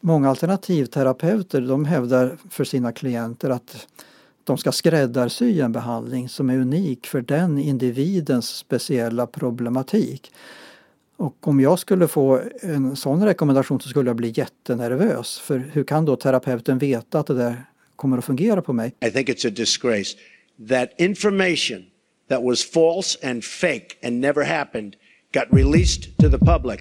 Många alternativterapeuter de hävdar för sina klienter att de ska skräddarsy en behandling som är unik för den individens speciella problematik. Och om jag skulle få en sån rekommendation så skulle jag bli jättenervös. För hur kan då terapeuten veta att det där kommer att fungera på mig? I think it's a disgrace that information that was false and fake and never happened got released to the public.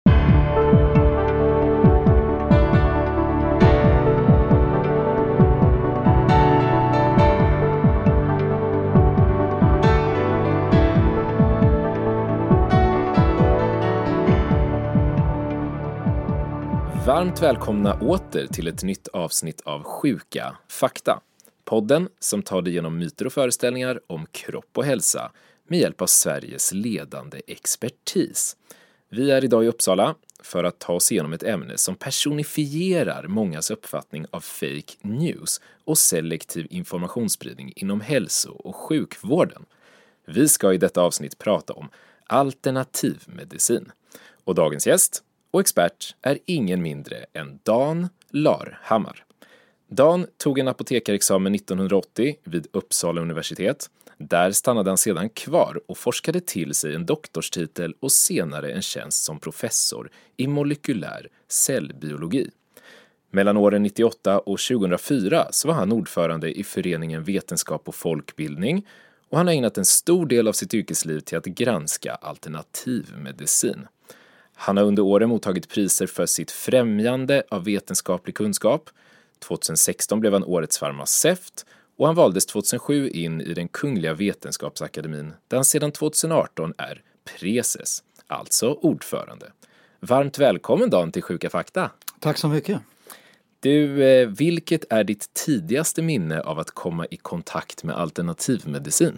Varmt välkomna åter till ett nytt avsnitt av Sjuka fakta. Podden som tar dig igenom myter och föreställningar om kropp och hälsa med hjälp av Sveriges ledande expertis. Vi är idag i Uppsala för att ta oss igenom ett ämne som personifierar mångas uppfattning av fake news och selektiv informationsspridning inom hälso- och sjukvården. Vi ska i detta avsnitt prata om alternativmedicin. Och dagens gäst och expert är ingen mindre än Dan Larhammar. Dan tog en apotekarexamen 1980 vid Uppsala universitet. Där stannade han sedan kvar och forskade till sig en doktorstitel och senare en tjänst som professor i molekylär cellbiologi. Mellan åren 98 och 2004 så var han ordförande i föreningen Vetenskap och folkbildning och han har ägnat en stor del av sitt yrkesliv till att granska alternativmedicin. Han har under åren mottagit priser för sitt främjande av vetenskaplig kunskap. 2016 blev han årets farmaceut och han valdes 2007 in i den Kungliga Vetenskapsakademin där han sedan 2018 är preses, alltså ordförande. Varmt välkommen Dan till Sjuka fakta. Tack så mycket. Du, vilket är ditt tidigaste minne av att komma i kontakt med alternativmedicin?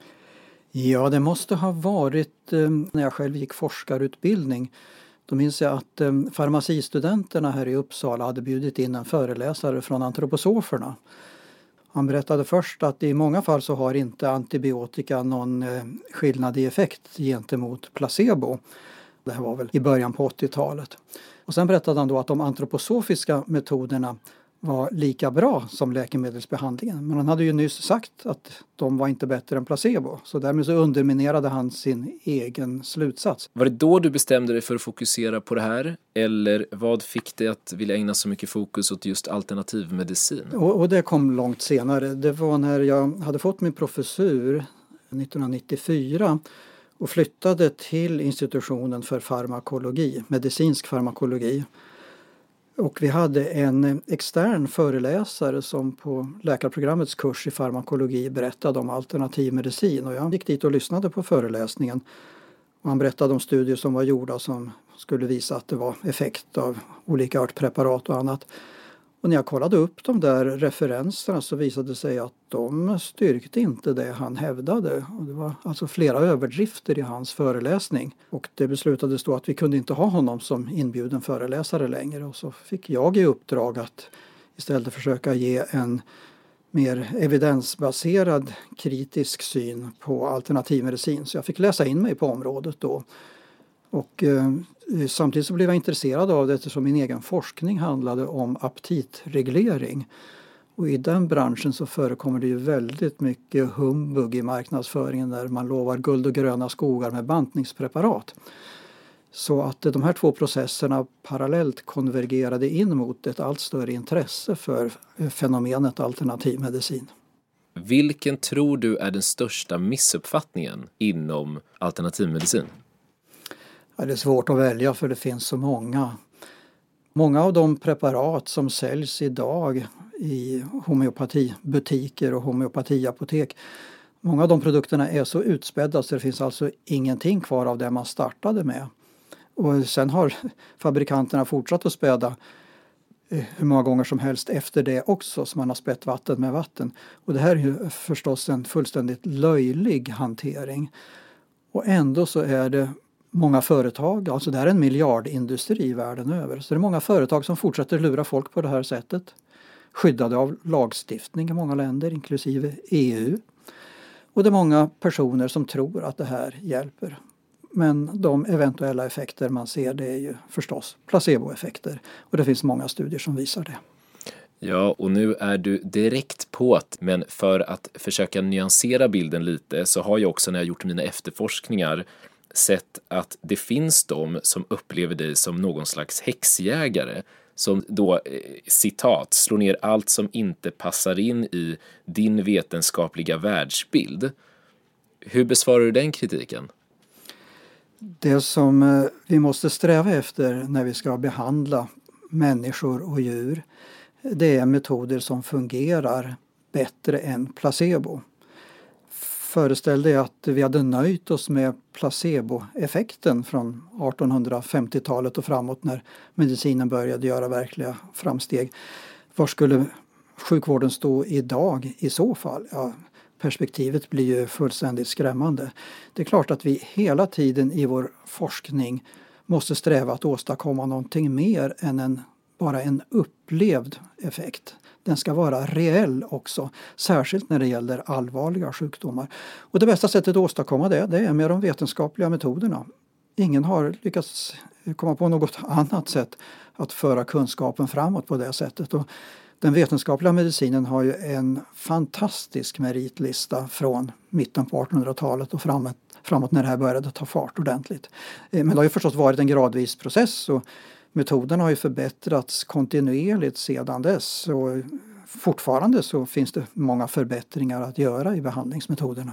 Ja, det måste ha varit när jag själv gick forskarutbildning. Då minns jag att farmacistudenterna här i Uppsala hade bjudit in en föreläsare från antroposoferna. Han berättade först att i många fall så har inte antibiotika någon skillnad i effekt gentemot placebo. Det här var väl i början på 80-talet. Och sen berättade han då att de antroposofiska metoderna var lika bra som läkemedelsbehandlingen. Men han hade ju nyss sagt att de var inte bättre än placebo. Så därmed så underminerade han sin egen slutsats. Var det då du bestämde dig för att fokusera på det här? Eller vad fick dig att vilja ägna så mycket fokus åt just alternativmedicin? Och det kom långt senare. Det var när jag hade fått min professur 1994 och flyttade till institutionen för farmakologi, medicinsk farmakologi. Och vi hade en extern föreläsare som på läkarprogrammets kurs i farmakologi berättade om alternativmedicin. Och jag gick dit och lyssnade på föreläsningen. Och han berättade om studier som var gjorda som skulle visa att det var effekt av olika artpreparat och annat. Och när jag kollade upp de där referenserna så visade det sig att de styrkte inte det han hävdade. Och det var alltså flera överdrifter i hans föreläsning. Och det beslutades då att vi kunde inte ha honom som inbjuden föreläsare längre. Och så fick jag i uppdrag att istället försöka ge en mer evidensbaserad kritisk syn på alternativmedicin. Så jag fick läsa in mig på området då. Och samtidigt så blev jag intresserad av det eftersom min egen forskning handlade om aptitreglering. Och i den branschen så förekommer det ju väldigt mycket humbug i marknadsföringen där man lovar guld och gröna skogar med bantningspreparat. Så att de här två processerna parallellt konvergerade in mot ett allt större intresse för fenomenet alternativmedicin. Vilken tror du är den största missuppfattningen inom alternativmedicin? Ja, det är svårt att välja för det finns så många. Många av de preparat som säljs idag i homeopatibutiker och homeopatiapotek, många av de produkterna är så utspädda så det finns alltså ingenting kvar av det man startade med. Och sen har fabrikanterna fortsatt att späda hur många gånger som helst efter det också som man har spätt vatten med vatten. Och det här är ju förstås en fullständigt löjlig hantering. Och ändå så är det många företag, alltså det är en miljardindustri världen över. Så det är många företag som fortsätter lura folk på det här sättet. Skyddade av lagstiftning i många länder, inklusive EU. Och det är många personer som tror att det här hjälper. Men de eventuella effekter man ser, det är ju förstås placeboeffekter. Och det finns många studier som visar det. Ja, och nu är du direkt på att, men för att försöka nyansera bilden lite så har jag också när jag gjort mina efterforskningar sett att det finns de som upplever dig som någon slags häxjägare som då, citat, slår ner allt som inte passar in i din vetenskapliga världsbild. Hur besvarar du den kritiken? Det som vi måste sträva efter när vi ska behandla människor och djur, det är metoder som fungerar bättre än placebo. Föreställ dig att vi hade nöjt oss med placeboeffekten från 1850-talet och framåt när medicinen började göra verkliga framsteg. Var skulle sjukvården stå idag i så fall? Ja, perspektivet blir ju fullständigt skrämmande. Det är klart att vi hela tiden i vår forskning måste sträva att åstadkomma någonting mer än bara en upplevd effekt. Den ska vara reell också, särskilt när det gäller allvarliga sjukdomar. Och det bästa sättet att åstadkomma det är med de vetenskapliga metoderna. Ingen har lyckats komma på något annat sätt att föra kunskapen framåt på det sättet. Och den vetenskapliga medicinen har ju en fantastisk meritlista från mitten på 1800-talet och framåt när det här började ta fart ordentligt. Men det har ju förstås varit en gradvis process och metoderna har ju förbättrats kontinuerligt sedan dess och fortfarande så finns det många förbättringar att göra i behandlingsmetoderna.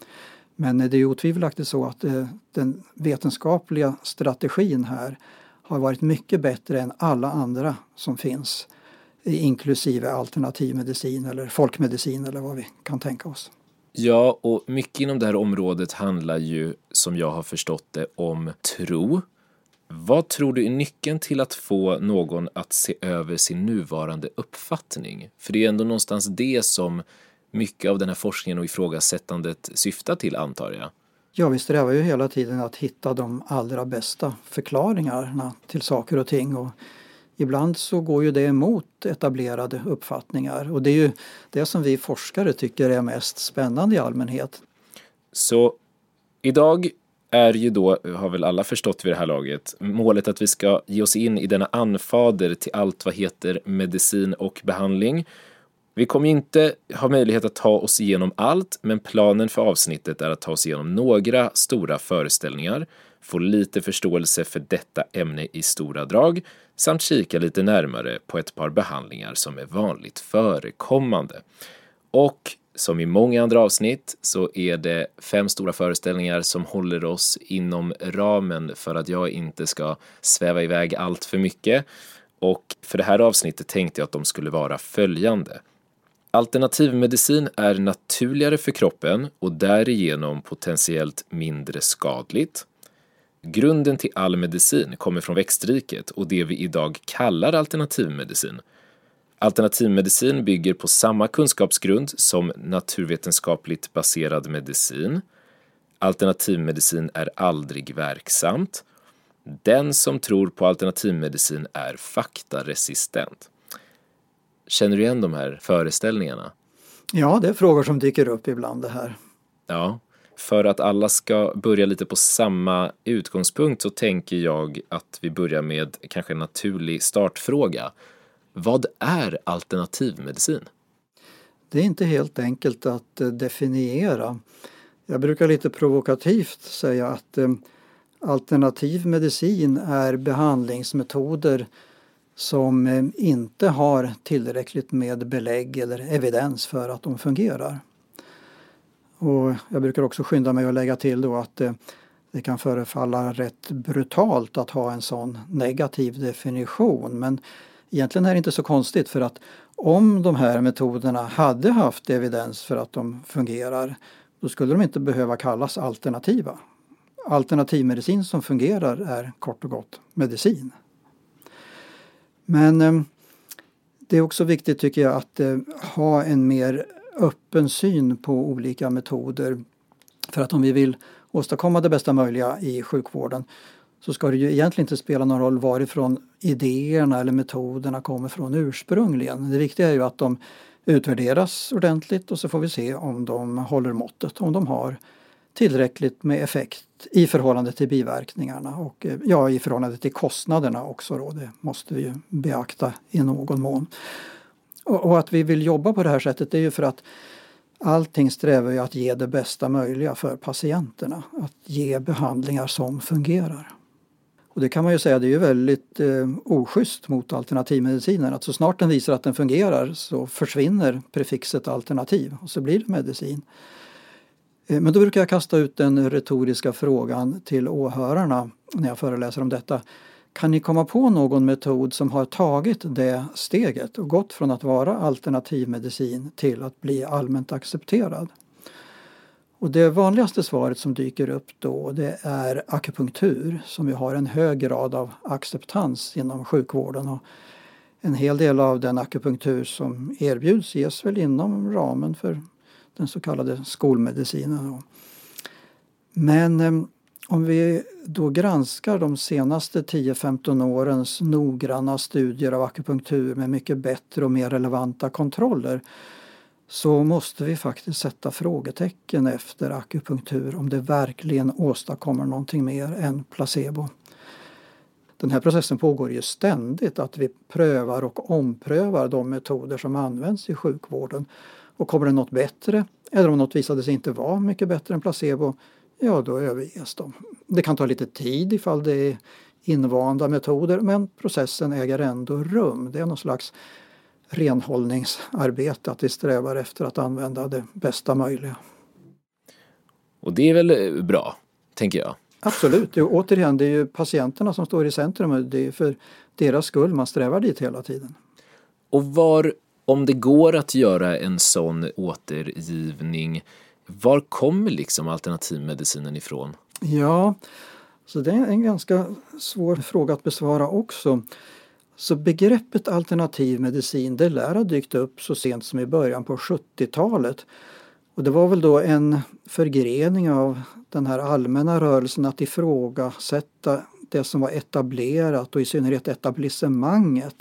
Men det är ju otvivelaktigt så att den vetenskapliga strategin här har varit mycket bättre än alla andra som finns, inklusive alternativmedicin eller folkmedicin eller vad vi kan tänka oss. Ja, och mycket inom det här området handlar ju, som jag har förstått det, om tro. Vad tror du är nyckeln till att få någon att se över sin nuvarande uppfattning? För det är ändå någonstans det som mycket av den här forskningen och ifrågasättandet syftar till, antar jag. Ja, vi strävar ju hela tiden att hitta de allra bästa förklaringarna till saker och ting och ibland så går ju det emot etablerade uppfattningar och det är ju det som vi forskare tycker är mest spännande i allmänhet. Så idag är ju då, har väl alla förstått vid det här laget, målet att vi ska ge oss in i denna anfader till allt vad heter medicin och behandling. Vi kommer inte ha möjlighet att ta oss igenom allt, men planen för avsnittet är att ta oss igenom några stora föreställningar, få lite förståelse för detta ämne i stora drag, samt kika lite närmare på ett par behandlingar som är vanligt förekommande. Och som i många andra avsnitt så är det 5 stora föreställningar som håller oss inom ramen för att jag inte ska sväva iväg allt för mycket. Och för det här avsnittet tänkte jag att de skulle vara följande. Alternativmedicin är naturligare för kroppen och därigenom potentiellt mindre skadligt. Grunden till all medicin kommer från växtriket och det vi idag kallar alternativmedicin. Alternativmedicin bygger på samma kunskapsgrund som naturvetenskapligt baserad medicin. Alternativmedicin är aldrig verksamt. Den som tror på alternativmedicin är faktaresistent. Känner du igen de här föreställningarna? Ja, det är frågor som dyker upp ibland det här. Ja, för att alla ska börja lite på samma utgångspunkt så tänker jag att vi börjar med kanske en naturlig startfråga. Vad är alternativmedicin? Det är inte helt enkelt att definiera. Jag brukar lite provokativt säga att alternativ medicin är behandlingsmetoder som inte har tillräckligt med belägg eller evidens för att de fungerar. Och jag brukar också skynda mig att lägga till då att det kan förefalla rätt brutalt att ha en sån negativ definition, men egentligen är det inte så konstigt för att om de här metoderna hade haft evidens för att de fungerar, då skulle de inte behöva kallas alternativa. Alternativmedicin som fungerar är kort och gott medicin. Men det är också viktigt tycker jag att ha en mer öppen syn på olika metoder. För att om vi vill åstadkomma det bästa möjliga i sjukvården så ska det ju egentligen inte spela någon roll varifrån idéerna eller metoderna kommer från ursprungligen. Det viktiga är ju att de utvärderas ordentligt och så får vi se om de håller måttet, om de har tillräckligt med effekt i förhållande till biverkningarna och i förhållande till kostnaderna också då. Det måste vi ju beakta i någon mån. Och att vi vill jobba på det här sättet är ju för att allting strävar ju att ge det bästa möjliga för patienterna. Att ge behandlingar som fungerar. Och det kan man ju säga, det är ju väldigt oschysst mot alternativmedicinen. Att så snart den visar att den fungerar så försvinner prefixet alternativ och så blir det medicin. Men då brukar jag kasta ut den retoriska frågan till åhörarna när jag föreläser om detta. Kan ni komma på någon metod som har tagit det steget och gått från att vara alternativmedicin till att bli allmänt accepterad? Och det vanligaste svaret som dyker upp då, det är akupunktur som ju har en hög grad av acceptans inom sjukvården. Och en hel del av den akupunktur som erbjuds ges väl inom ramen för den så kallade skolmedicinen. Men om vi då granskar de senaste 10-15 årens noggranna studier av akupunktur med mycket bättre och mer relevanta kontroller, så måste vi faktiskt sätta frågetecken efter akupunktur om det verkligen åstadkommer någonting mer än placebo. Den här processen pågår ju ständigt, att vi prövar och omprövar de metoder som används i sjukvården. Och kommer det något bättre, eller om något visade sig inte vara mycket bättre än placebo, ja då överges de. Det kan ta lite tid ifall det är invanda metoder, men processen äger ändå rum. Det är någon slags renhållningsarbete att vi strävar efter att använda det bästa möjliga. Och det är väl bra, tänker jag. Absolut. Återigen, det är ju patienterna som står i centrum och det är för deras skull man strävar dit hela tiden. Och om det går att göra en sån återgivning, var kommer liksom alternativmedicinen ifrån? Ja, så det är en ganska svår fråga att besvara också. Så begreppet alternativmedicin, det lär ha dykt upp så sent som i början på 70-talet. Och det var väl då en förgrening av den här allmänna rörelsen att ifrågasätta det som var etablerat och i synnerhet etablissemanget.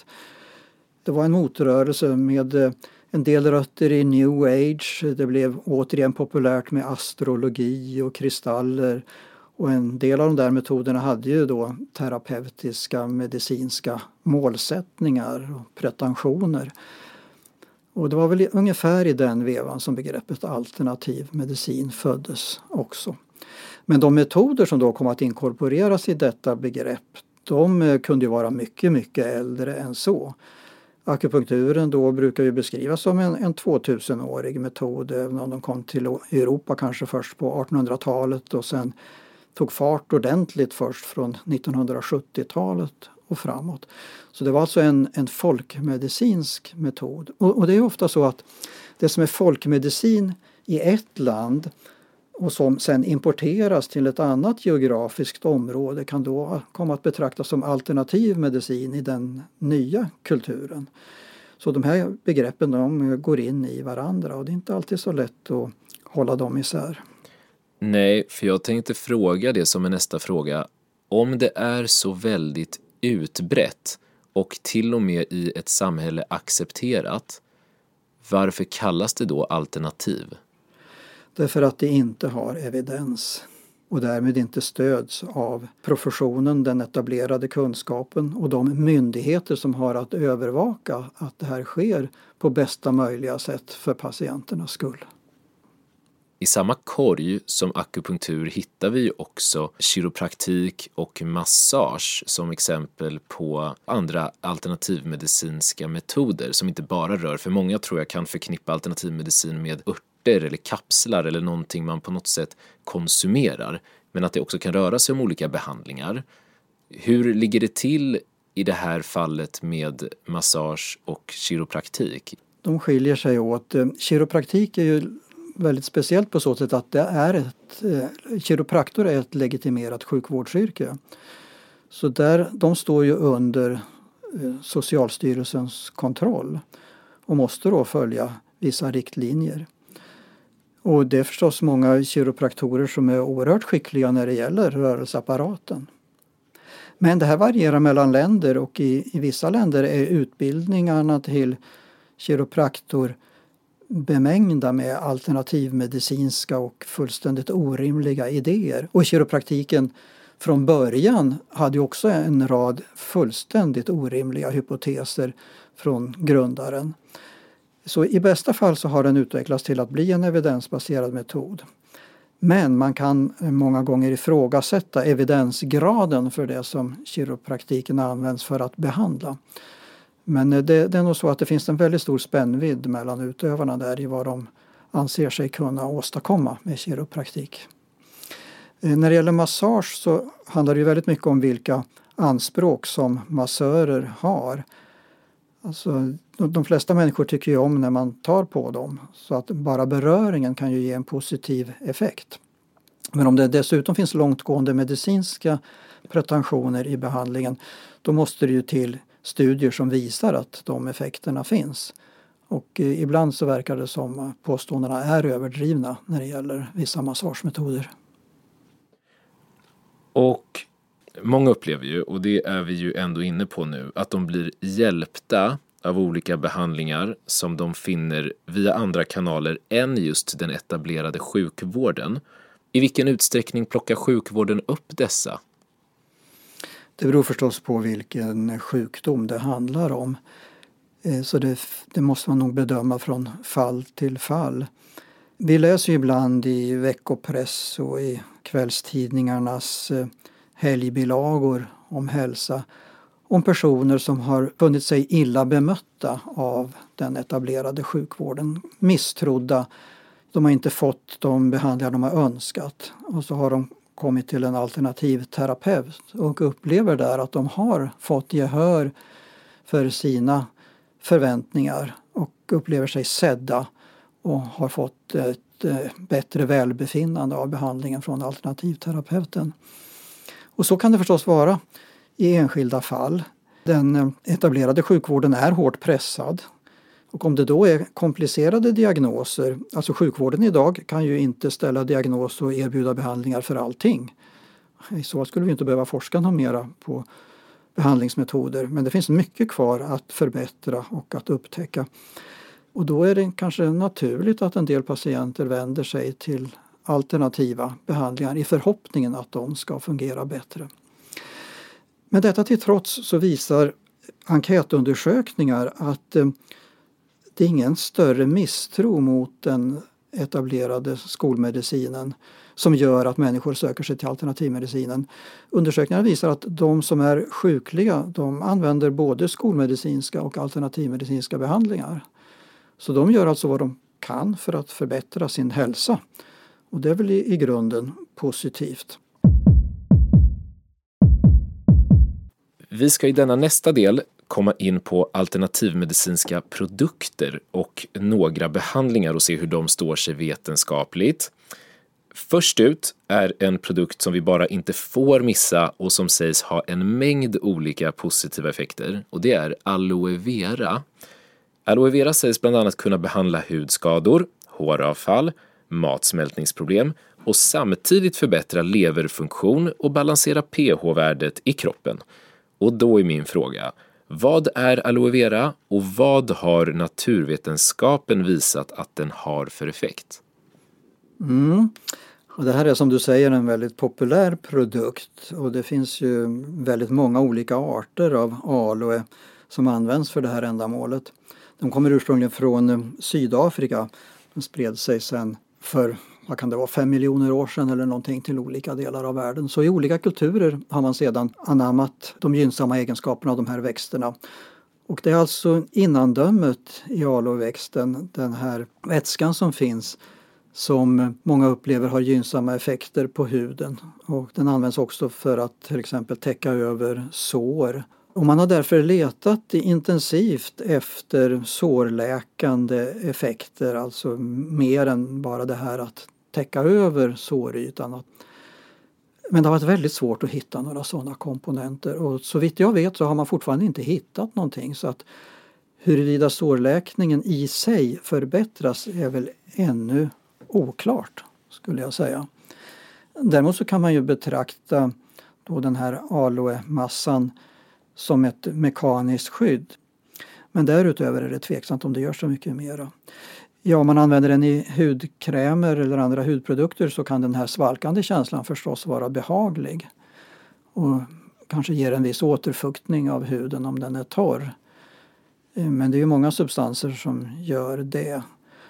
Det var en motrörelse med en del rötter i New Age. Det blev återigen populärt med astrologi och kristaller. Och en del av de där metoderna hade ju då terapeutiska, medicinska målsättningar och pretensioner. Och det var väl ungefär i den vevan som begreppet alternativ medicin föddes också. Men de metoder som då kom att inkorporeras i detta begrepp, de kunde ju vara mycket, mycket äldre än så. Akupunkturen då brukar ju beskrivas som en 2000-årig metod, även om de kom till Europa kanske först på 1800-talet och sen tog fart ordentligt först från 1970-talet och framåt. Så det var alltså en folkmedicinsk metod. Och det är ofta så att det som är folkmedicin i ett land och som sen importeras till ett annat geografiskt område kan då komma att betraktas som alternativ medicin i den nya kulturen. Så de här begreppen de går in i varandra och det är inte alltid så lätt att hålla dem isär. Nej, för jag tänkte fråga det som är nästa fråga. Om det är så väldigt utbrett och till och med i ett samhälle accepterat, varför kallas det då alternativ? Därför att det inte har evidens och därmed inte stöds av professionen, den etablerade kunskapen och de myndigheter som har att övervaka att det här sker på bästa möjliga sätt för patienternas skull. I samma korg som akupunktur hittar vi också kiropraktik och massage som exempel på andra alternativmedicinska metoder som inte bara rör, för många tror jag kan förknippa alternativmedicin med örter eller kapslar eller någonting man på något sätt konsumerar, men att det också kan röra sig om olika behandlingar. Hur ligger det till i det här fallet med massage och kiropraktik? De skiljer sig åt. Kiropraktik är ju väldigt speciellt på så sätt att det är kiropraktor är ett legitimerat sjukvårdsyrke. Så de står ju under Socialstyrelsens kontroll och måste då följa vissa riktlinjer. Och det är förstås många kiropraktorer som är oerhört skickliga när det gäller rörelseapparaten. Men det här varierar mellan länder och i vissa länder är utbildningarna till kiropraktor bemängda med alternativmedicinska och fullständigt orimliga idéer. Och kiropraktiken från början hade också en rad fullständigt orimliga hypoteser från grundaren. Så i bästa fall så har den utvecklats till att bli en evidensbaserad metod. Men man kan många gånger ifrågasätta evidensgraden för det som kiropraktiken används för att behandla. Men det är nog så att det finns en väldigt stor spännvidd mellan utövarna där i vad de anser sig kunna åstadkomma med kiropraktik. När det gäller massage så handlar det ju väldigt mycket om vilka anspråk som massörer har. Alltså, de flesta människor tycker ju om när man tar på dem, så att bara beröringen kan ju ge en positiv effekt. Men om det dessutom finns långtgående medicinska pretensioner i behandlingen, då måste det ju till studier som visar att de effekterna finns. Och ibland så verkar det som påståendena är överdrivna när det gäller vissa massagemetoder. Och många upplever ju, och det är vi ju ändå inne på nu, att de blir hjälpta av olika behandlingar som de finner via andra kanaler än just den etablerade sjukvården. I vilken utsträckning plockar sjukvården upp dessa? Det beror förstås på vilken sjukdom det handlar om. Så det måste man nog bedöma från fall till fall. Vi läser ju ibland i veckopress och i kvällstidningarnas helgbilagor om hälsa om personer som har funnit sig illa bemötta av den etablerade sjukvården. Misstrodda. De har inte fått de behandlingar de har önskat. Och så har de kommit till en alternativ terapeut och upplever där att de har fått gehör för sina förväntningar och upplever sig sedda och har fått ett bättre välbefinnande av behandlingen från alternativterapeuten. Och så kan det förstås vara i enskilda fall. Den etablerade sjukvården är hårt pressad. Och om det då är komplicerade diagnoser, alltså sjukvården idag kan ju inte ställa diagnos och erbjuda behandlingar för allting. I så skulle vi inte behöva forska något mera på behandlingsmetoder, men det finns mycket kvar att förbättra och att upptäcka. Och då är det kanske naturligt att en del patienter vänder sig till alternativa behandlingar i förhoppningen att de ska fungera bättre. Men detta till trots så visar enkätundersökningar att det är ingen större misstro mot den etablerade skolmedicinen som gör att människor söker sig till alternativmedicinen. Undersökningar visar att de som är sjukliga, de använder både skolmedicinska och alternativmedicinska behandlingar. Så de gör alltså vad de kan för att förbättra sin hälsa. Och det är väl i grunden positivt. Vi ska i denna nästa del komma in på alternativmedicinska produkter och några behandlingar och se hur de står sig vetenskapligt. Först ut är en produkt som vi bara inte får missa och som sägs ha en mängd olika positiva effekter, och det är aloe vera. Aloe vera sägs bland annat kunna behandla hudskador, håravfall, matsmältningsproblem och samtidigt förbättra leverfunktion och balansera pH-värdet i kroppen. Och då är min fråga, vad är aloe vera och vad har naturvetenskapen visat att den har för effekt? Och det här är som du säger en väldigt populär produkt och det finns ju väldigt många olika arter av aloe som används för det här ändamålet. De kommer ursprungligen från Sydafrika. De spred sig sedan för 5 miljoner år sedan eller någonting till olika delar av världen. Så i olika kulturer har man sedan anammat de gynnsamma egenskaperna av de här växterna. Och det är alltså innandömet i aloeväxten, den här vätskan som finns, som många upplever har gynnsamma effekter på huden. Och den används också för att till exempel täcka över sår. Och man har därför letat intensivt efter sårläkande effekter, alltså mer än bara det här att täcka över sårytan. Men det har varit väldigt svårt att hitta några sådana komponenter och så vitt jag vet så har man fortfarande inte hittat någonting, så att huruvida sårläkningen i sig förbättras är väl ännu oklart, skulle jag säga. Däremot så kan man ju betrakta då den här aloe-massan som ett mekaniskt skydd. Men därutöver är det tveksamt om det gör så mycket mera. Ja, om man använder den i hudkrämer eller andra hudprodukter så kan den här svalkande känslan förstås vara behaglig. Och kanske ger en viss återfuktning av huden om den är torr. Men det är ju många substanser som gör det.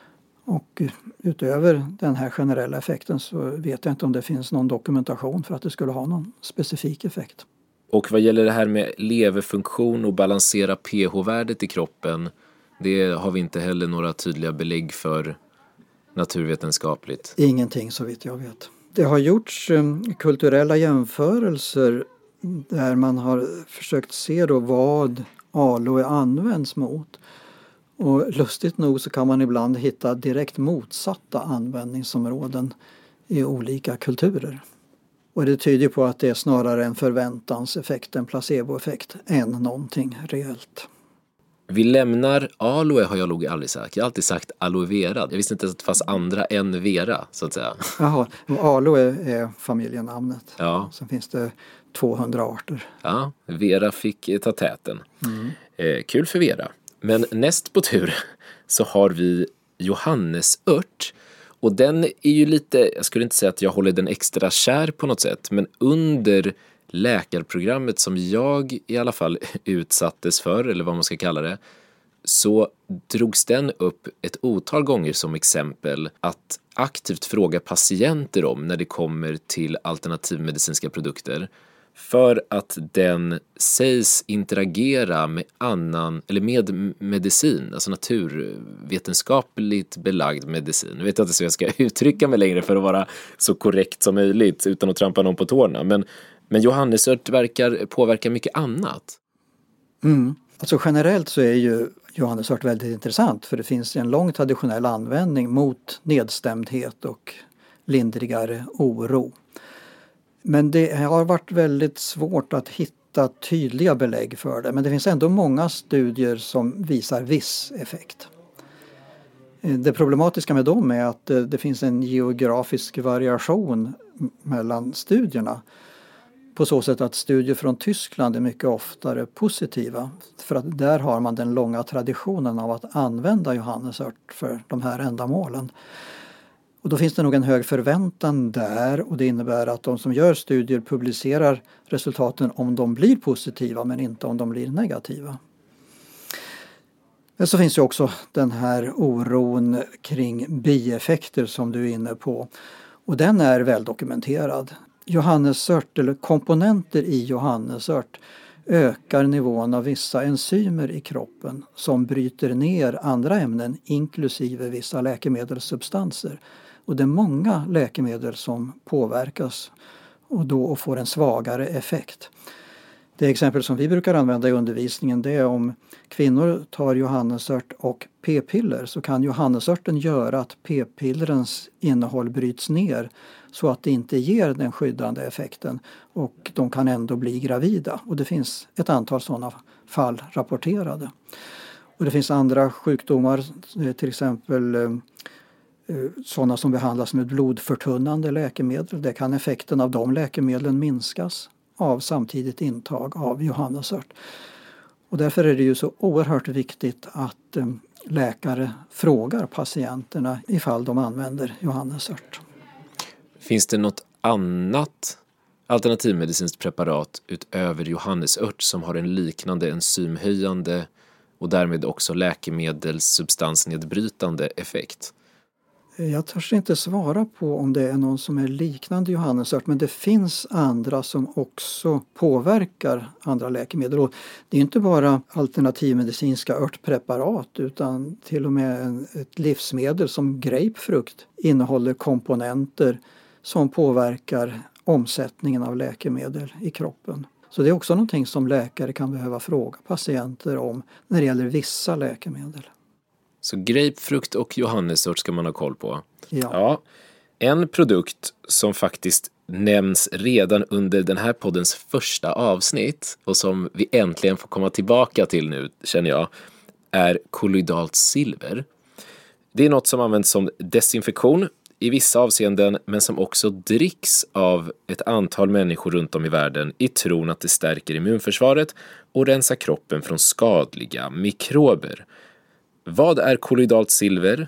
Och utöver den här generella effekten så vet jag inte om det finns någon dokumentation för att det skulle ha någon specifik effekt. Och vad gäller det här med leverfunktion och balansera pH-värdet i kroppen, det har vi inte heller några tydliga belägg för naturvetenskapligt. Ingenting så vitt jag vet. Det har gjorts kulturella jämförelser där man har försökt se då vad aloe används mot. Och lustigt nog så kan man ibland hitta direkt motsatta användningsområden i olika kulturer. Och det tyder på att det är snarare en förväntanseffekt, en placeboeffekt, än någonting reellt. Vi lämnar aloe har jag nog aldrig sagt. Jag har alltid sagt aloe vera. Jag visste inte att det fanns andra än vera, så att säga. Jaha, aloe är familjenamnet. Ja. Sen finns det 200 arter. Ja, Vera fick ta täten. Kul för Vera. Men näst på tur så har vi johannesört. Och den är ju lite, jag skulle inte säga att jag håller den extra kär på något sätt, men under läkarprogrammet som jag i alla fall utsattes för, eller vad man ska kalla det, så drogs den upp ett otal gånger som exempel att aktivt fråga patienter om när det kommer till alternativmedicinska produkter, för att den sägs interagera med annan, eller med medicin, alltså naturvetenskapligt belagd medicin. Jag vet inte så jag ska uttrycka mig längre för att vara så korrekt som möjligt utan att trampa någon på tårna, men johannesört verkar påverka mycket annat. Alltså generellt så är ju johannesört väldigt intressant, för det finns en lång traditionell användning mot nedstämdhet och lindrigare oro. Men det har varit väldigt svårt att hitta tydliga belägg för det. Men det finns ändå många studier som visar viss effekt. Det problematiska med dem är att det finns en geografisk variation mellan studierna. På så sätt att studier från Tyskland är mycket oftare positiva. För att där har man den långa traditionen av att använda johannesört för de här ändamålen. Och då finns det nog en hög förväntan där, och det innebär att de som gör studier publicerar resultaten om de blir positiva men inte om de blir negativa. Men så finns ju också den här oron kring bieffekter som du är inne på, och den är väl dokumenterad. Johannesört eller komponenter i johannesört ökar nivån av vissa enzymer i kroppen som bryter ner andra ämnen inklusive vissa läkemedelssubstanser. Och det är många läkemedel som påverkas och får en svagare effekt. Det exempel som vi brukar använda i undervisningen, det är om kvinnor tar johannesört och p-piller, så kan johannesörten göra att p-pillerens innehåll bryts ner så att det inte ger den skyddande effekten, och de kan ändå bli gravida. Och det finns ett antal sådana fall rapporterade. Och det finns andra sjukdomar, till exempel sådana som behandlas med blodförtunnande läkemedel. Det kan effekten av de läkemedlen minskas av samtidigt intag av johannesört. Och därför är det ju så oerhört viktigt att läkare frågar patienterna ifall de använder johannesört. Finns det något annat alternativmedicinskt preparat utöver johannesört som har en liknande enzymhöjande och därmed också läkemedelssubstansnedbrytande effekt? Jag törs inte svara på om det är någon som är liknande johannesört, men det finns andra som också påverkar andra läkemedel. Och det är inte bara alternativmedicinska örtpreparat, utan till och med ett livsmedel som grapefrukt innehåller komponenter som påverkar omsättningen av läkemedel i kroppen. Så det är också någonting som läkare kan behöva fråga patienter om när det gäller vissa läkemedel. Så grapefrukt och johannesört ska man ha koll på. Ja. En produkt som faktiskt nämns redan under den här poddens första avsnitt och som vi äntligen får komma tillbaka till nu, känner jag, är kolloidalt silver. Det är något som används som desinfektion i vissa avseenden, men som också dricks av ett antal människor runt om i världen i tron att det stärker immunförsvaret och rensar kroppen från skadliga mikrober. Vad är kolloidalt silver?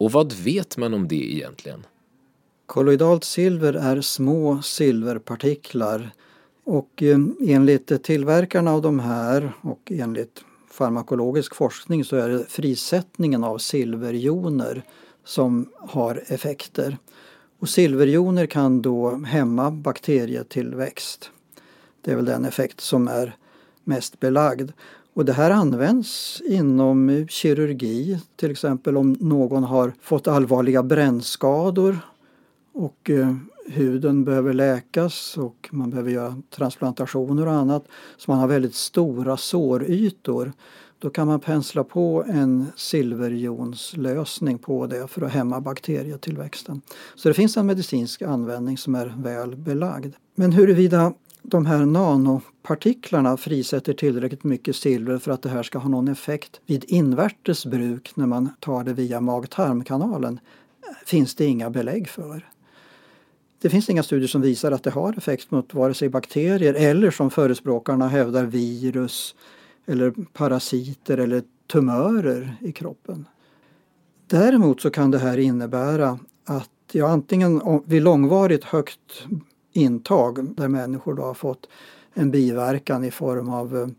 Och vad vet man om det egentligen? Kolloidalt silver är små silverpartiklar och enligt tillverkarna av de här och enligt farmakologisk forskning så är det frisättningen av silverjoner som har effekter. Och silverjoner kan då hämma bakterietillväxt. Det är väl den effekt som är mest belagd. Och det här används inom kirurgi, till exempel om någon har fått allvarliga brännskador och huden behöver läkas och man behöver göra transplantationer och annat. Så man har väldigt stora sårytor. Då kan man pensla på en silverjonslösning på det för att hämma bakterietillväxten. Så det finns en medicinsk användning som är väl belagd. Men huruvida de här nanopartiklarna frisätter tillräckligt mycket silver för att det här ska ha någon effekt vid invärtes bruk när man tar det via mag-tarmkanalen finns det inga belägg för. Det finns inga studier som visar att det har effekt mot vare sig bakterier eller som förespråkarna hävdar virus eller parasiter eller tumörer i kroppen. Däremot så kan det här innebära att antingen vid långvarigt högt intag där människor då har fått en biverkan i form av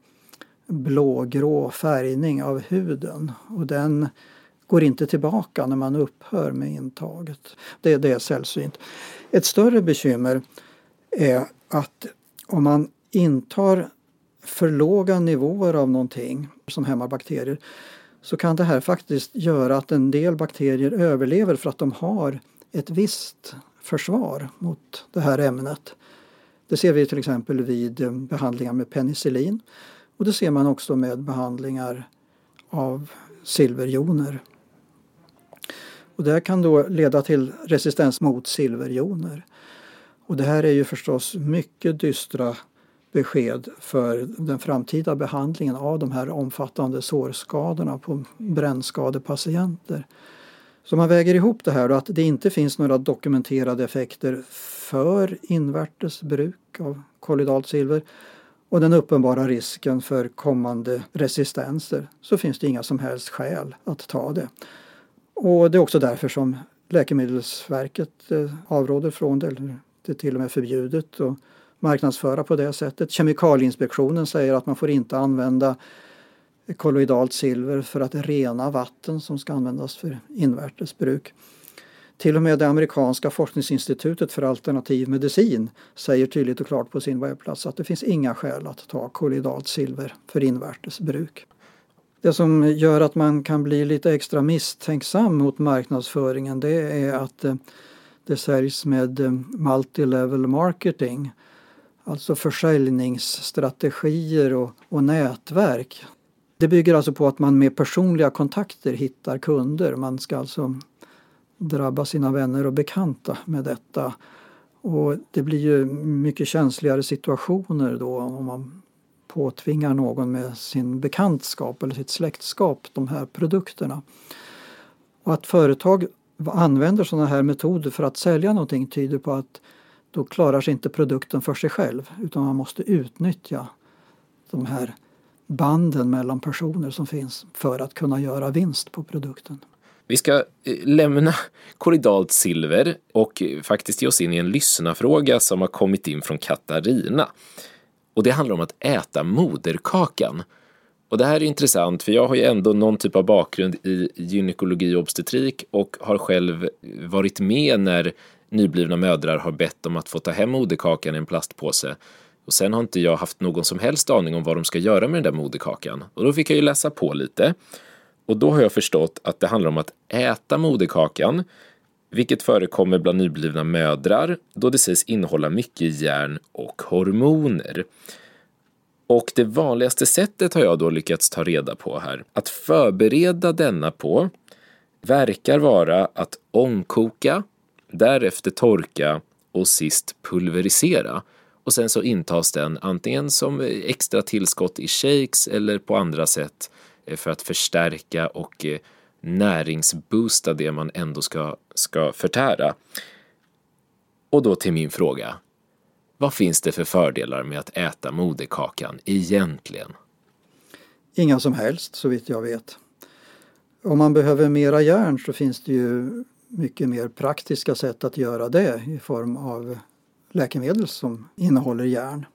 blågrå färgning av huden och den går inte tillbaka när man upphör med intaget. Det är sällsynt. Ett större bekymmer är att om man intar för låga nivåer av någonting som hämmar bakterier så kan det här faktiskt göra att en del bakterier överlever för att de har ett visst försvar mot det här ämnet. Det ser vi till exempel vid behandlingar med penicillin och det ser man också med behandlingar av silverjoner. Och det här kan då leda till resistens mot silverjoner. Och det här är ju förstås mycket dystra besked för den framtida behandlingen av de här omfattande sårskadorna på brännskadepatienter. Så man väger ihop det här då, att det inte finns några dokumenterade effekter för invärtes bruk av kolloidalt silver och den uppenbara risken för kommande resistenser, så finns det inga som helst skäl att ta det. Och det är också därför som Läkemedelsverket avråder från det, eller det är till och med förbjudet att marknadsföra på det sättet. Kemikalieinspektionen säger att man får inte använda kolloidalt silver för att rena vatten som ska användas för invärtes bruk. Till och med det amerikanska forskningsinstitutet för alternativ medicin säger tydligt och klart på sin webbplats att det finns inga skäl att ta kolloidalt silver för invärtes bruk. Det som gör att man kan bli lite extra misstänksam mot marknadsföringen, det är att det säljs med multilevel marketing, alltså försäljningsstrategier och nätverk. Det bygger alltså på att man med personliga kontakter hittar kunder. Man ska alltså drabba sina vänner och bekanta med detta. Och det blir ju mycket känsligare situationer då om man påtvingar någon med sin bekantskap eller sitt släktskap de här produkterna. Och att företag använder sådana här metoder för att sälja någonting tyder på att då klarar sig inte produkten för sig själv utan man måste utnyttja de här banden mellan personer som finns för att kunna göra vinst på produkten. Vi ska lämna kolloidalt silver och faktiskt ge oss in i en lyssnarfråga som har kommit in från Katarina. Och det handlar om att äta moderkakan. Och det här är intressant för jag har ju ändå någon typ av bakgrund i gynekologi och obstetrik och har själv varit med när nyblivna mödrar har bett om att få ta hem moderkakan i en plastpåse. Och sen har inte jag haft någon som helst aning om vad de ska göra med den där moderkakan. Och då fick jag ju läsa på lite. Och då har jag förstått att det handlar om att äta moderkakan, vilket förekommer bland nyblivna mödrar då det sägs innehålla mycket järn och hormoner. Och det vanligaste sättet har jag då lyckats ta reda på här. Att förbereda denna på verkar vara att ångkoka, därefter torka och sist pulverisera. Och sen så intas den antingen som extra tillskott i shakes eller på andra sätt för att förstärka och näringsboosta det man ändå ska förtära. Och då till min fråga. Vad finns det för fördelar med att äta moderkakan egentligen? Inga som helst, så vitt jag vet. Om man behöver mera järn så finns det ju mycket mer praktiska sätt att göra det i form av läkemedel som innehåller järn.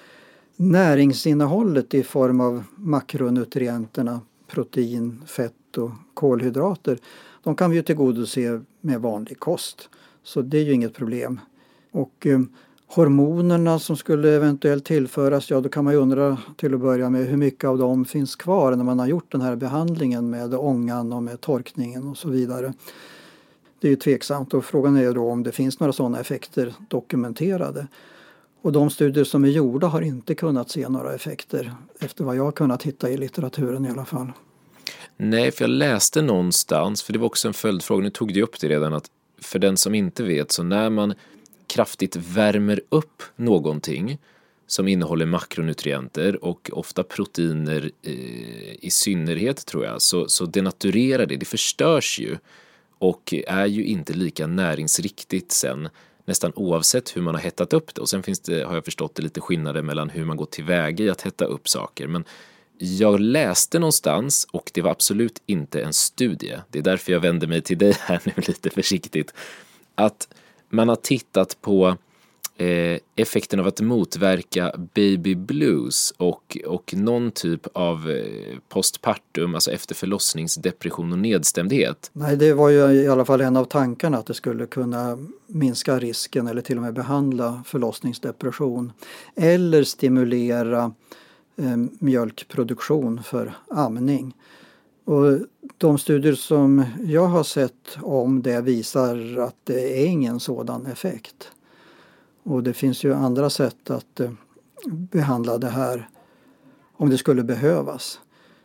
Näringsinnehållet i form av makronutrienterna, protein, fett och kolhydrater, de kan vi ju tillgodose med vanlig kost. Så det är ju inget problem. Och hormonerna som skulle eventuellt tillföras, ja då kan man ju undra till att börja med hur mycket av dem finns kvar när man har gjort den här behandlingen med ångan och med torkningen och så vidare. Det är ju tveksamt och frågan är då om det finns några sådana effekter dokumenterade. Och de studier som är gjorda har inte kunnat se några effekter efter vad jag har kunnat hitta i litteraturen i alla fall. Nej, för jag läste någonstans, för det var också en följdfråga, nu tog du upp det redan, att för den som inte vet, så när man kraftigt värmer upp någonting som innehåller makronutrienter och ofta proteiner i synnerhet tror jag, så denaturerar det förstörs ju och är ju inte lika näringsriktigt sen nästan oavsett hur man har hettat upp det. Och sen finns det, har jag förstått det, lite skillnader mellan hur man går tillväga i att hetta upp saker. Men jag läste någonstans, och det var absolut inte en studie, det är därför jag vänder mig till dig här nu lite försiktigt, att man har tittat på effekten av att motverka baby blues och någon typ av postpartum, alltså efter förlossningsdepression och nedstämdhet. Nej, det var ju i alla fall en av tankarna att det skulle kunna minska risken eller till och med behandla förlossningsdepression eller stimulera mjölkproduktion för amning. Och de studier som jag har sett om det visar att det är ingen sådan effekt. Och det finns ju andra sätt att behandla det här om det skulle behövas,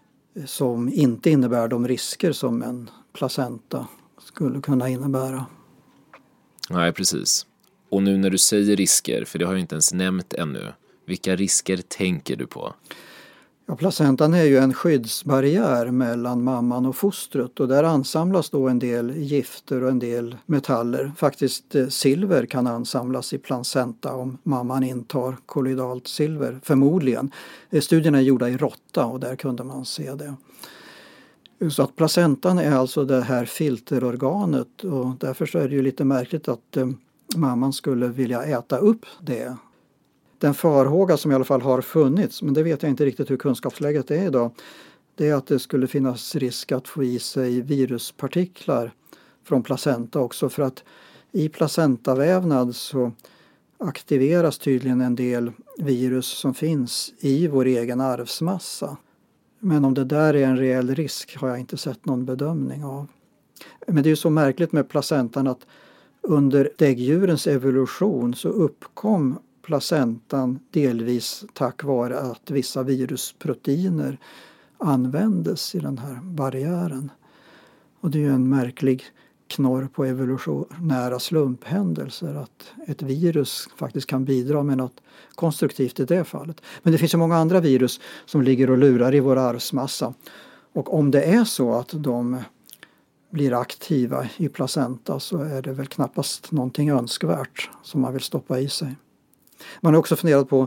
som inte innebär de risker som en placenta skulle kunna innebära. Nej, precis. Och nu när du säger risker, för det har jag inte ens nämnt ännu, vilka risker tänker du på? Ja, placentan är ju en skyddsbarriär mellan mamman och fostret och där ansamlas då en del gifter och en del metaller. Faktiskt silver kan ansamlas i placenta om mamman intar kolloidalt silver, förmodligen. Studierna är gjorda i råtta och där kunde man se det. Så att placentan är alltså det här filterorganet och därför så är det ju lite märkligt att mamman skulle vilja äta upp det. Den farhåga som i alla fall har funnits, men det vet jag inte riktigt hur kunskapsläget är idag, det är att det skulle finnas risk att få i sig viruspartiklar från placenta också, för att i placentavävnad så aktiveras tydligen en del virus som finns i vår egen arvsmassa. Men om det där är en reell risk har jag inte sett någon bedömning av. Men det är ju så märkligt med placentan att under däggdjurens evolution så uppkom placentan delvis tack vare att vissa virusproteiner användes i den här barriären. Och det är ju en märklig knorr på evolutionära slumphändelser att ett virus faktiskt kan bidra med något konstruktivt i det fallet. Men det finns ju många andra virus som ligger och lurar i vår arvsmassa. Och om det är så att de blir aktiva i placenta så är det väl knappast någonting önskvärt som man vill stoppa i sig. Man har också funderat på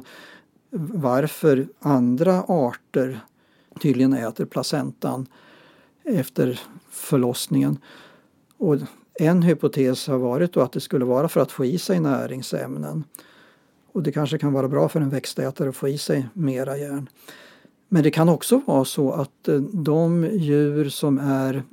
varför andra arter tydligen äter placentan efter förlossningen. Och en hypotes har varit då att det skulle vara för att få i sig näringsämnen. Och det kanske kan vara bra för en växtätare att få i sig mera järn. Men det kan också vara så att de djur som är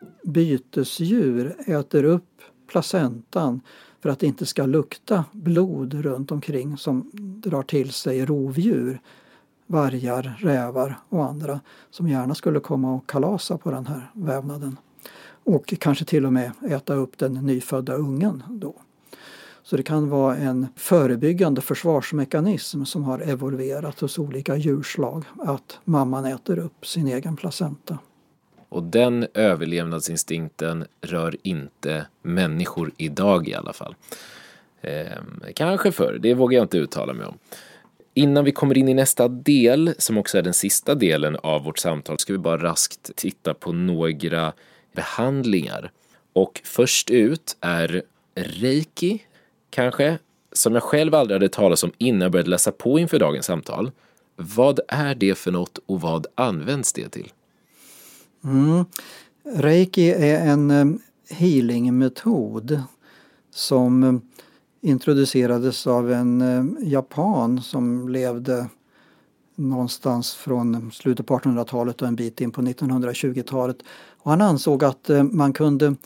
bytesdjur äter upp placentan för att det inte ska lukta blod runt omkring som drar till sig rovdjur, vargar, rävar och andra som gärna skulle komma och kalasa på den här vävnaden. Och kanske till och med äta upp den nyfödda ungen då. Så det kan vara en förebyggande försvarsmekanism som har evolverat hos olika djurslag att mamman äter upp sin egen placenta. Och den överlevnadsinstinkten rör inte människor idag i alla fall. Kanske förr, det vågar jag inte uttala mig om. Innan vi kommer in i nästa del, som också är den sista delen av vårt samtal, ska vi bara raskt titta på några behandlingar. Och först ut är reiki, kanske, som jag själv aldrig hade talat om innan jag började läsa på inför dagens samtal. Vad är det för något och vad används det till? Reiki är en healingmetod som introducerades av en japan som levde någonstans från slutet på 1800-talet och en bit in på 1920-talet. Och han ansåg att man kunde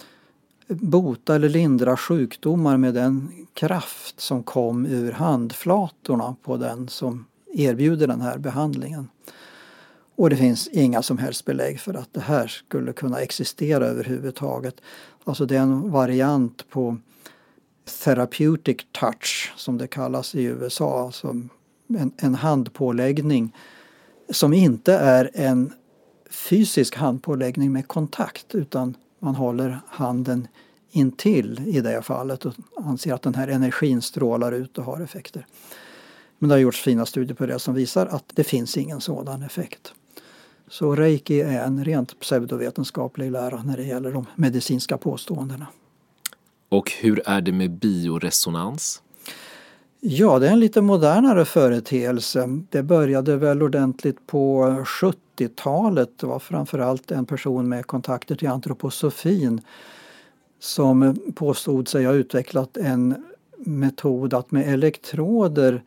bota eller lindra sjukdomar med den kraft som kom ur handflatorna på den som erbjuder den här behandlingen. Och det finns inga som helst belägg för att det här skulle kunna existera överhuvudtaget. Alltså det är en variant på therapeutic touch som det kallas i USA. Alltså en handpåläggning som inte är en fysisk handpåläggning med kontakt, utan man håller handen intill i det fallet och anser att den här energin strålar ut och har effekter. Men det har gjorts fina studier på det som visar att det finns ingen sådan effekt. Så Reiki är en rent pseudovetenskaplig lära när det gäller de medicinska påståendena. Och hur är det med bioresonans? Ja, det är en lite modernare företeelse. Det började väl ordentligt på 70-talet. Det var framförallt en person med kontakter till antroposofin som påstod sig ha utvecklat en metod att med elektroder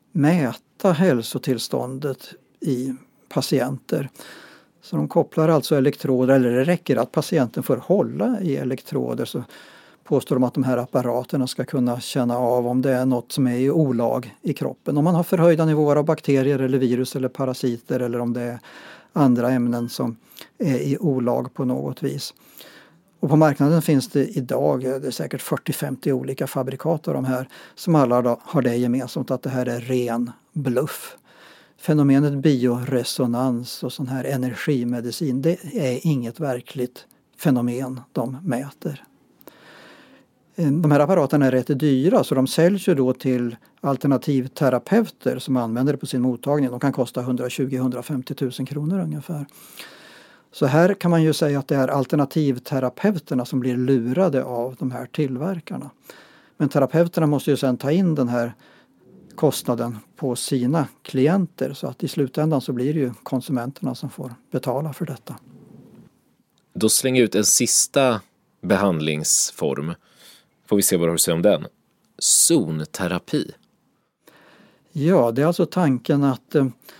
mäta hälsotillståndet i patienter. Så de kopplar alltså elektroder, eller det räcker att patienten får hålla i elektroder, så påstår de att de här apparaterna ska kunna känna av om det är något som är i olag i kroppen. Om man har förhöjda nivåer av bakterier eller virus eller parasiter, eller om det är andra ämnen som är i olag på något vis. Och på marknaden finns det idag, det är säkert 40-50 olika fabrikat av de här, som alla har det gemensamt att det här är ren bluff. Fenomenet bioresonans och sån här energimedicin, det är inget verkligt fenomen de mäter. De här apparaterna är rätt dyra, så de säljs ju då till alternativterapeuter som använder det på sin mottagning. De kan kosta 120-150 000 kronor ungefär. Så här kan man ju säga att det är alternativterapeuterna som blir lurade av de här tillverkarna. Men terapeuterna måste ju sedan ta in den här kostnaden på sina klienter, så att i slutändan så blir det ju konsumenterna som får betala för detta. Då slänger jag ut en sista behandlingsform. Får vi se vad du har att säga om den. Zonterapi. Ja, det är alltså tanken att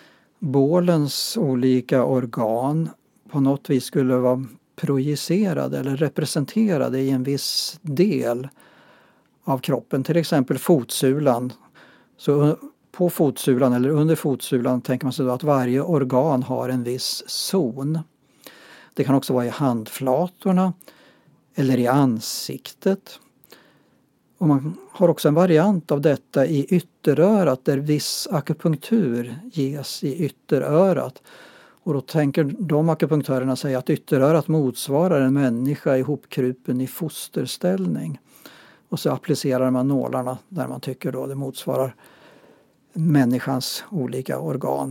bålens olika organ på något vis skulle vara projicerade eller representerade i en viss del av kroppen. Till exempel fotsulan. Så på fotsulan eller under fotsulan tänker man sig då att varje organ har en viss zon. Det kan också vara i handflatorna eller i ansiktet. Och man har också en variant av detta i ytterörat där viss akupunktur ges i ytterörat. Och då tänker de akupunktörerna sig att ytterörat motsvarar en människa ihopkrupen i fosterställning. Och så applicerar man nålarna där man tycker då det motsvarar människans olika organ.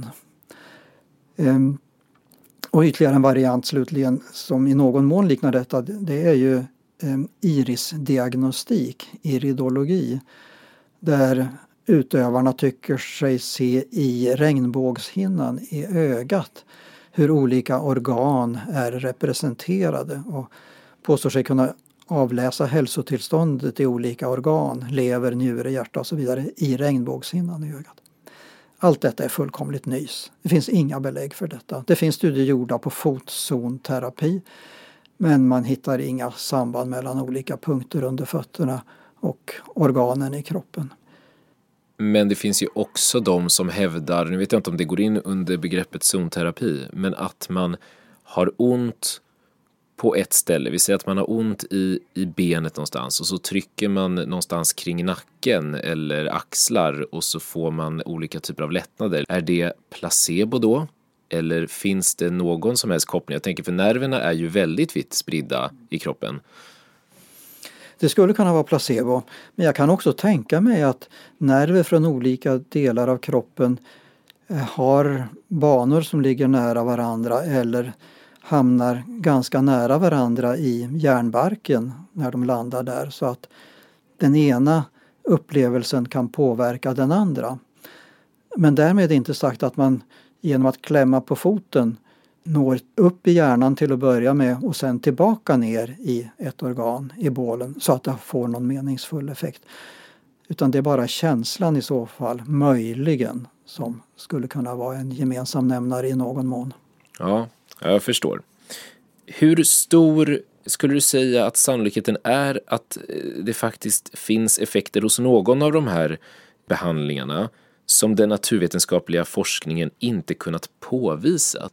Och ytterligare en variant slutligen som i någon mån liknar detta, det är ju irisdiagnostik, iridologi, där utövarna tycker sig se i regnbågshinnan i ögat hur olika organ är representerade och påstår sig kunna avläsa hälsotillståndet i olika organ, lever, njure, hjärta och så vidare i regnbågshinnan i ögat. Allt detta är fullkomligt nys. Det finns inga belägg för detta. Det finns studier gjorda på fotzonterapi, men man hittar inga samband mellan olika punkter under fötterna och organen i kroppen. Men det finns ju också de som hävdar, nu vet jag inte om det går in under begreppet zonterapi, men att man har ont på ett ställe. Vi säger att man har ont i benet någonstans och så trycker man någonstans kring nacken eller axlar och så får man olika typer av lättnader. Är det placebo då? Eller finns det någon som helst koppling? Jag tänker för nerverna är ju väldigt vitt spridda i kroppen. Det skulle kunna vara placebo, men jag kan också tänka mig att nerver från olika delar av kroppen har banor som ligger nära varandra eller hamnar ganska nära varandra i hjärnbarken när de landar där, så att den ena upplevelsen kan påverka den andra. Men därmed är det inte sagt att man genom att klämma på foten når upp i hjärnan till att börja med och sen tillbaka ner i ett organ i bålen så att det får någon meningsfull effekt. Utan det är bara känslan i så fall, möjligen, som skulle kunna vara en gemensam nämnare i någon mån. Ja, jag förstår. Hur stor skulle du säga att sannolikheten är att det faktiskt finns effekter hos någon av de här behandlingarna som den naturvetenskapliga forskningen inte kunnat påvisa?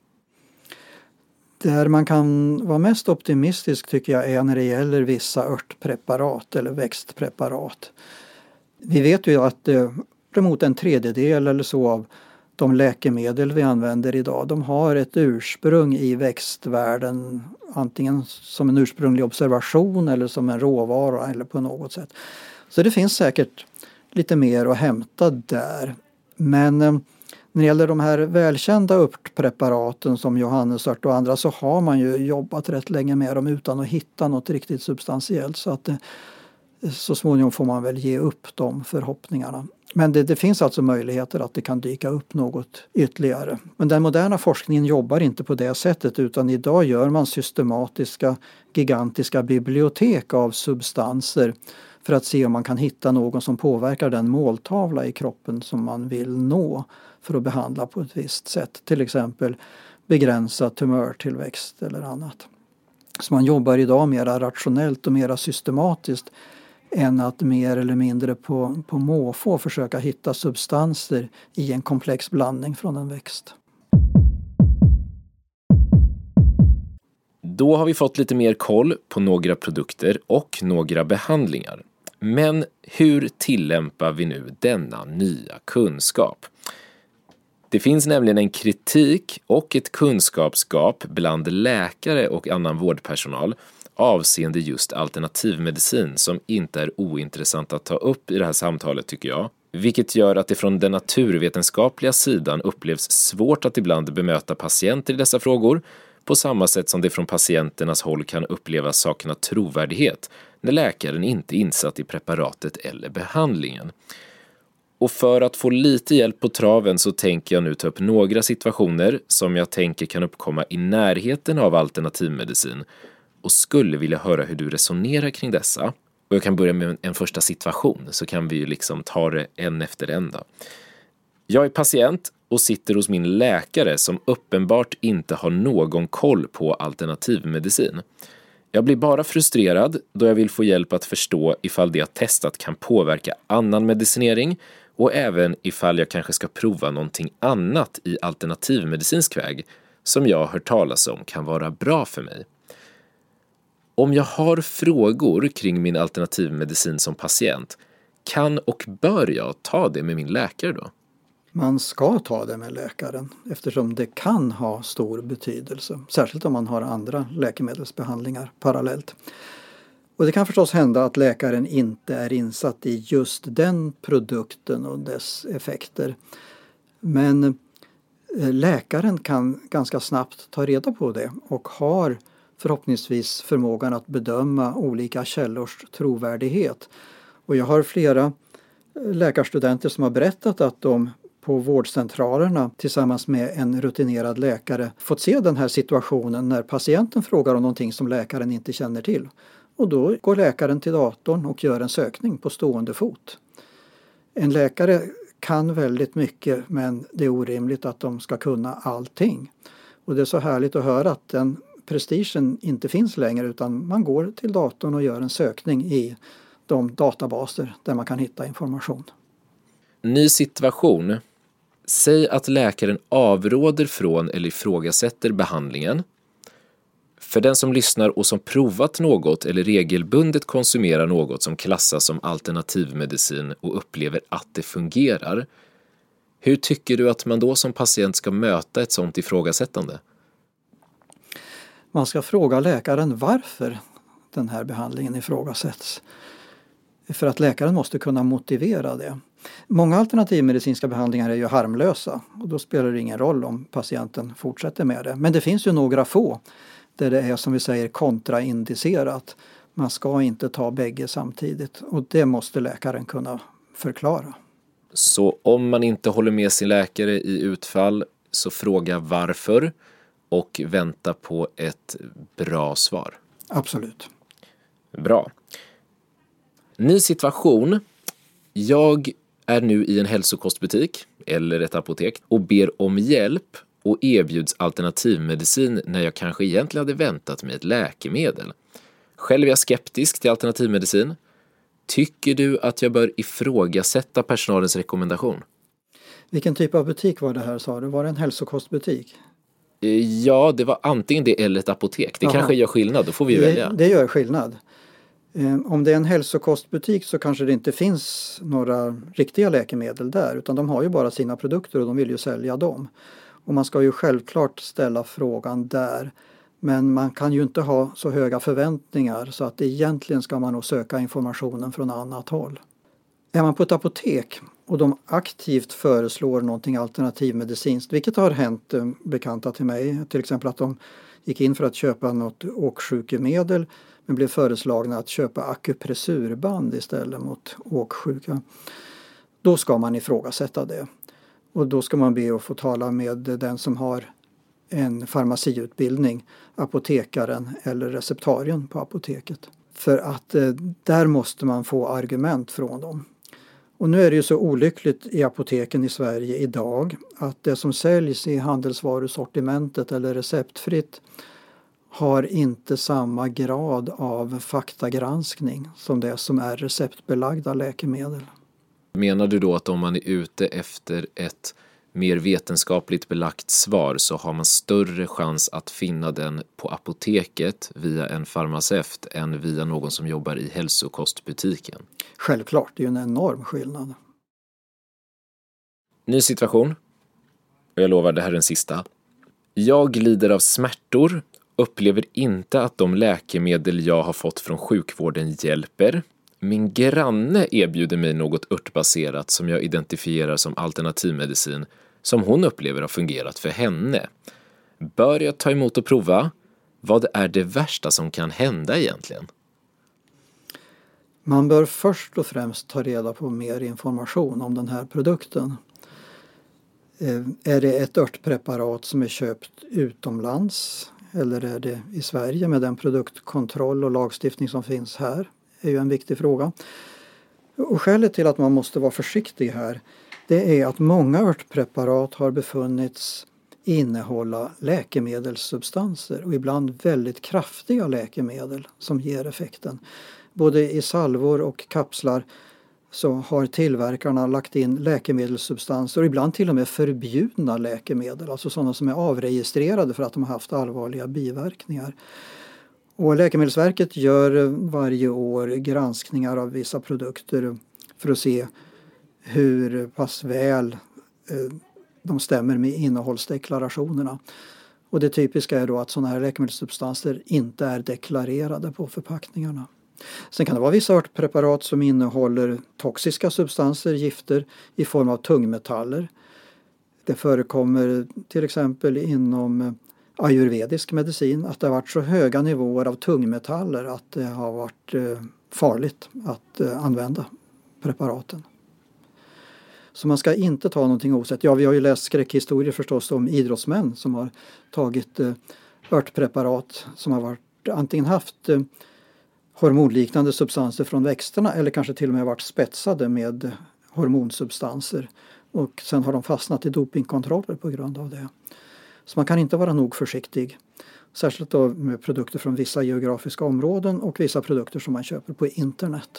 Där man kan vara mest optimistisk tycker jag är när det gäller vissa örtpreparat eller växtpreparat. Vi vet ju att uppemot 1/3 eller så av de läkemedel vi använder idag, de har ett ursprung i växtvärlden, antingen som en ursprunglig observation eller som en råvara eller på något sätt. Så det finns säkert lite mer att hämta där. Men när det gäller de här välkända örtpreparaten som johannesört och andra så har man ju jobbat rätt länge med dem utan att hitta något riktigt substantiellt, så att så småningom får man väl ge upp de förhoppningarna. Men det finns alltså möjligheter att det kan dyka upp något ytterligare. Men den moderna forskningen jobbar inte på det sättet, utan idag gör man systematiska, gigantiska bibliotek av substanser för att se om man kan hitta någon som påverkar den måltavla i kroppen som man vill nå för att behandla på ett visst sätt. Till exempel begränsa tumörtillväxt eller annat. Så man jobbar idag mer rationellt och mer systematiskt än att mer eller mindre på måfå försöka hitta substanser i en komplex blandning från en växt. Då har vi fått lite mer koll på några produkter och några behandlingar. Men hur tillämpar vi nu denna nya kunskap? Det finns nämligen en kritik och ett kunskapsgap bland läkare och annan vårdpersonal avseende just alternativmedicin som inte är ointressant att ta upp i det här samtalet tycker jag. Vilket gör att det från den naturvetenskapliga sidan upplevs svårt att ibland bemöta patienter i dessa frågor på samma sätt som det från patienternas håll kan upplevas sakna trovärdighet när läkaren inte är insatt i preparatet eller behandlingen. Och för att få lite hjälp på traven så tänker jag nu ta upp några situationer som jag tänker kan uppkomma i närheten av alternativmedicin och skulle vilja höra hur du resonerar kring dessa. Och jag kan börja med en första situation så kan vi ju liksom ta det en efter en då. Jag är patient och sitter hos min läkare som uppenbart inte har någon koll på alternativmedicin. Jag blir bara frustrerad då jag vill få hjälp att förstå ifall det jag testat kan påverka annan medicinering och även ifall jag kanske ska prova någonting annat i alternativmedicinsk väg som jag har hört talas om kan vara bra för mig. Om jag har frågor kring min alternativmedicin som patient, kan och bör jag ta det med min läkare då? Man ska ta det med läkaren eftersom det kan ha stor betydelse, särskilt om man har andra läkemedelsbehandlingar parallellt. Och det kan förstås hända att läkaren inte är insatt i just den produkten och dess effekter. Men läkaren kan ganska snabbt ta reda på det och har förhoppningsvis förmågan att bedöma olika källors trovärdighet. Och jag har flera läkarstudenter som har berättat att de på vårdcentralerna tillsammans med en rutinerad läkare fått se den här situationen när patienten frågar om någonting som läkaren inte känner till. Och då går läkaren till datorn och gör en sökning på stående fot. En läkare kan väldigt mycket, men det är orimligt att de ska kunna allting. Och det är så härligt att höra att den prestigen inte finns längre, utan man går till datorn och gör en sökning i de databaser där man kan hitta information. Ny situation. Säg att läkaren avråder från eller ifrågasätter behandlingen. För den som lyssnar och som provat något eller regelbundet konsumerar något som klassas som alternativmedicin och upplever att det fungerar. Hur tycker du att man då som patient ska möta ett sådant ifrågasättande? Man ska fråga läkaren varför den här behandlingen ifrågasätts. För att läkaren måste kunna motivera det. Många alternativmedicinska behandlingar är ju harmlösa och då spelar det ingen roll om patienten fortsätter med det. Men det finns ju några få där det är som vi säger kontraindicerat. Man ska inte ta bägge samtidigt och det måste läkaren kunna förklara. Så om man inte håller med sin läkare i utfall så fråga varför. och vänta på ett bra svar. Absolut. Bra. Ny situation. Jag är nu i en hälsokostbutik eller ett apotek och ber om hjälp och erbjuds alternativmedicin när jag kanske egentligen hade väntat mig ett läkemedel. Själv är jag skeptisk till alternativmedicin. Tycker du att jag bör ifrågasätta personalens rekommendation? Vilken typ av butik var det här, sa du? Var det en hälsokostbutik? Ja, det var antingen det eller ett apotek. Det kanske gör skillnad, då får vi välja. Det gör skillnad. Om det är en hälsokostbutik så kanske det inte finns några riktiga läkemedel där, utan de har ju bara sina produkter och de vill ju sälja dem. Och man ska ju självklart ställa frågan där, men man kan ju inte ha så höga förväntningar så att egentligen ska man nog söka informationen från annat håll. Är man på ett apotek och de aktivt föreslår någonting alternativmedicinskt, vilket har hänt bekanta till mig, till exempel att de gick in för att köpa något åksjukemedel men blev föreslagna att köpa akupressurband istället mot åksjuka. Då ska man ifrågasätta det. Och då ska man be att få tala med den som har en farmaciutbildning, apotekaren eller receptarien på apoteket. För att där måste man få argument från dem. Och nu är det ju så olyckligt i apoteken i Sverige idag att det som säljs i handelsvarusortimentet eller receptfritt har inte samma grad av faktagranskning som det som är receptbelagda läkemedel. Menar du då att om man är ute efter ett mer vetenskapligt belagt svar så har man större chans att finna den på apoteket via en farmaceut än via någon som jobbar i hälsokostbutiken? Självklart, det är ju en enorm skillnad. Ny situation. Och jag lovar, det här är den sista. Jag lider av smärtor, upplever inte att de läkemedel jag har fått från sjukvården hjälper. Min granne erbjuder mig något örtbaserat som jag identifierar som alternativmedicin som hon upplever har fungerat för henne. Bör jag ta emot och prova? Vad är det värsta som kan hända egentligen? Man bör först och främst ta reda på mer information om den här produkten. Är det ett örtpreparat som är köpt utomlands eller är det i Sverige med den produktkontroll och lagstiftning som finns här? Det är ju en viktig fråga. Och skälet till att man måste vara försiktig här, det är att många örtpreparat har befunnits innehålla läkemedelssubstanser och ibland väldigt kraftiga läkemedel som ger effekten. Både i salvor och kapslar så har tillverkarna lagt in läkemedelssubstanser och ibland till och med förbjudna läkemedel, alltså sådana som är avregistrerade för att de har haft allvarliga biverkningar. Och Läkemedelsverket gör varje år granskningar av vissa produkter för att se hur pass väl de stämmer med innehållsdeklarationerna. Och det typiska är då att sådana här läkemedelssubstanser inte är deklarerade på förpackningarna. Sen kan det vara vissa örtpreparat som innehåller toxiska substanser, gifter i form av tungmetaller. Det förekommer till exempel inom ayurvedisk medicin att det har varit så höga nivåer av tungmetaller att det har varit farligt att använda preparaten. Så man ska inte ta någonting osett. Ja, vi har ju läst skräckhistorier förstås om idrottsmän som har tagit örtpreparat som har varit antingen haft hormonliknande substanser från växterna eller kanske till och med varit spetsade med hormonsubstanser. Och sen har de fastnat i dopingkontroller på grund av det. Så man kan inte vara nog försiktig. Särskilt då med produkter från vissa geografiska områden och vissa produkter som man köper på internet.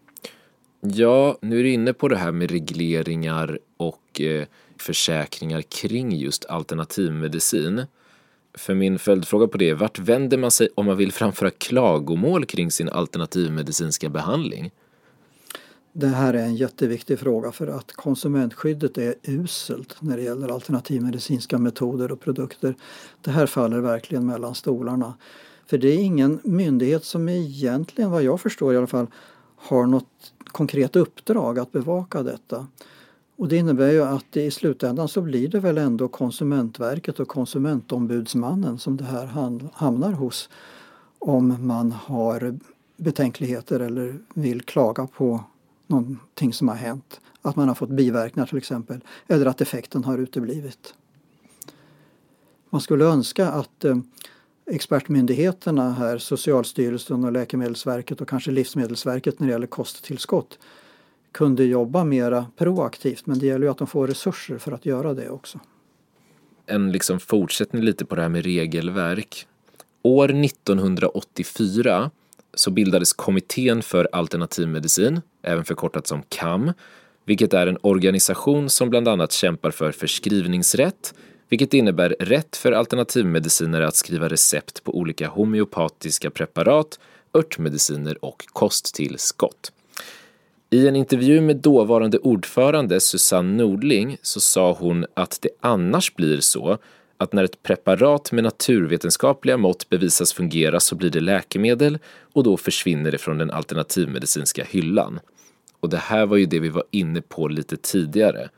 Ja, nu är du inne på det här med regleringar och försäkringar kring just alternativmedicin. För min följdfråga på det, vart vänder man sig om man vill framföra klagomål kring sin alternativmedicinska behandling? Det här är en jätteviktig fråga för att konsumentskyddet är uselt när det gäller alternativmedicinska metoder och produkter. Det här faller verkligen mellan stolarna. För det är ingen myndighet som egentligen, vad jag förstår i alla fall, har något konkret uppdrag att bevaka detta. Och det innebär ju att i slutändan så blir det väl ändå Konsumentverket och Konsumentombudsmannen som det här hamnar hos om man har betänkligheter eller vill klaga på någonting som har hänt. Att man har fått biverkningar till exempel eller att effekten har uteblivit. Man skulle önska att expertmyndigheterna här, Socialstyrelsen och Läkemedelsverket och kanske Livsmedelsverket när det gäller kosttillskott kunde jobba mera proaktivt, men det gäller ju att de får resurser för att göra det också. En liksom fortsättning lite på det här med regelverk. År 1984 så bildades Kommittén för alternativmedicin, även förkortat som KAM, vilket är en organisation som bland annat kämpar för förskrivningsrätt, vilket innebär rätt för alternativmedicinare att skriva recept på olika homeopatiska preparat, örtmediciner och kosttillskott. I en intervju med dåvarande ordförande Susanne Nordling så sa hon att det annars blir så att när ett preparat med naturvetenskapliga mått bevisas fungera så blir det läkemedel och då försvinner det från den alternativmedicinska hyllan. Och det här var ju det vi var inne på lite tidigare.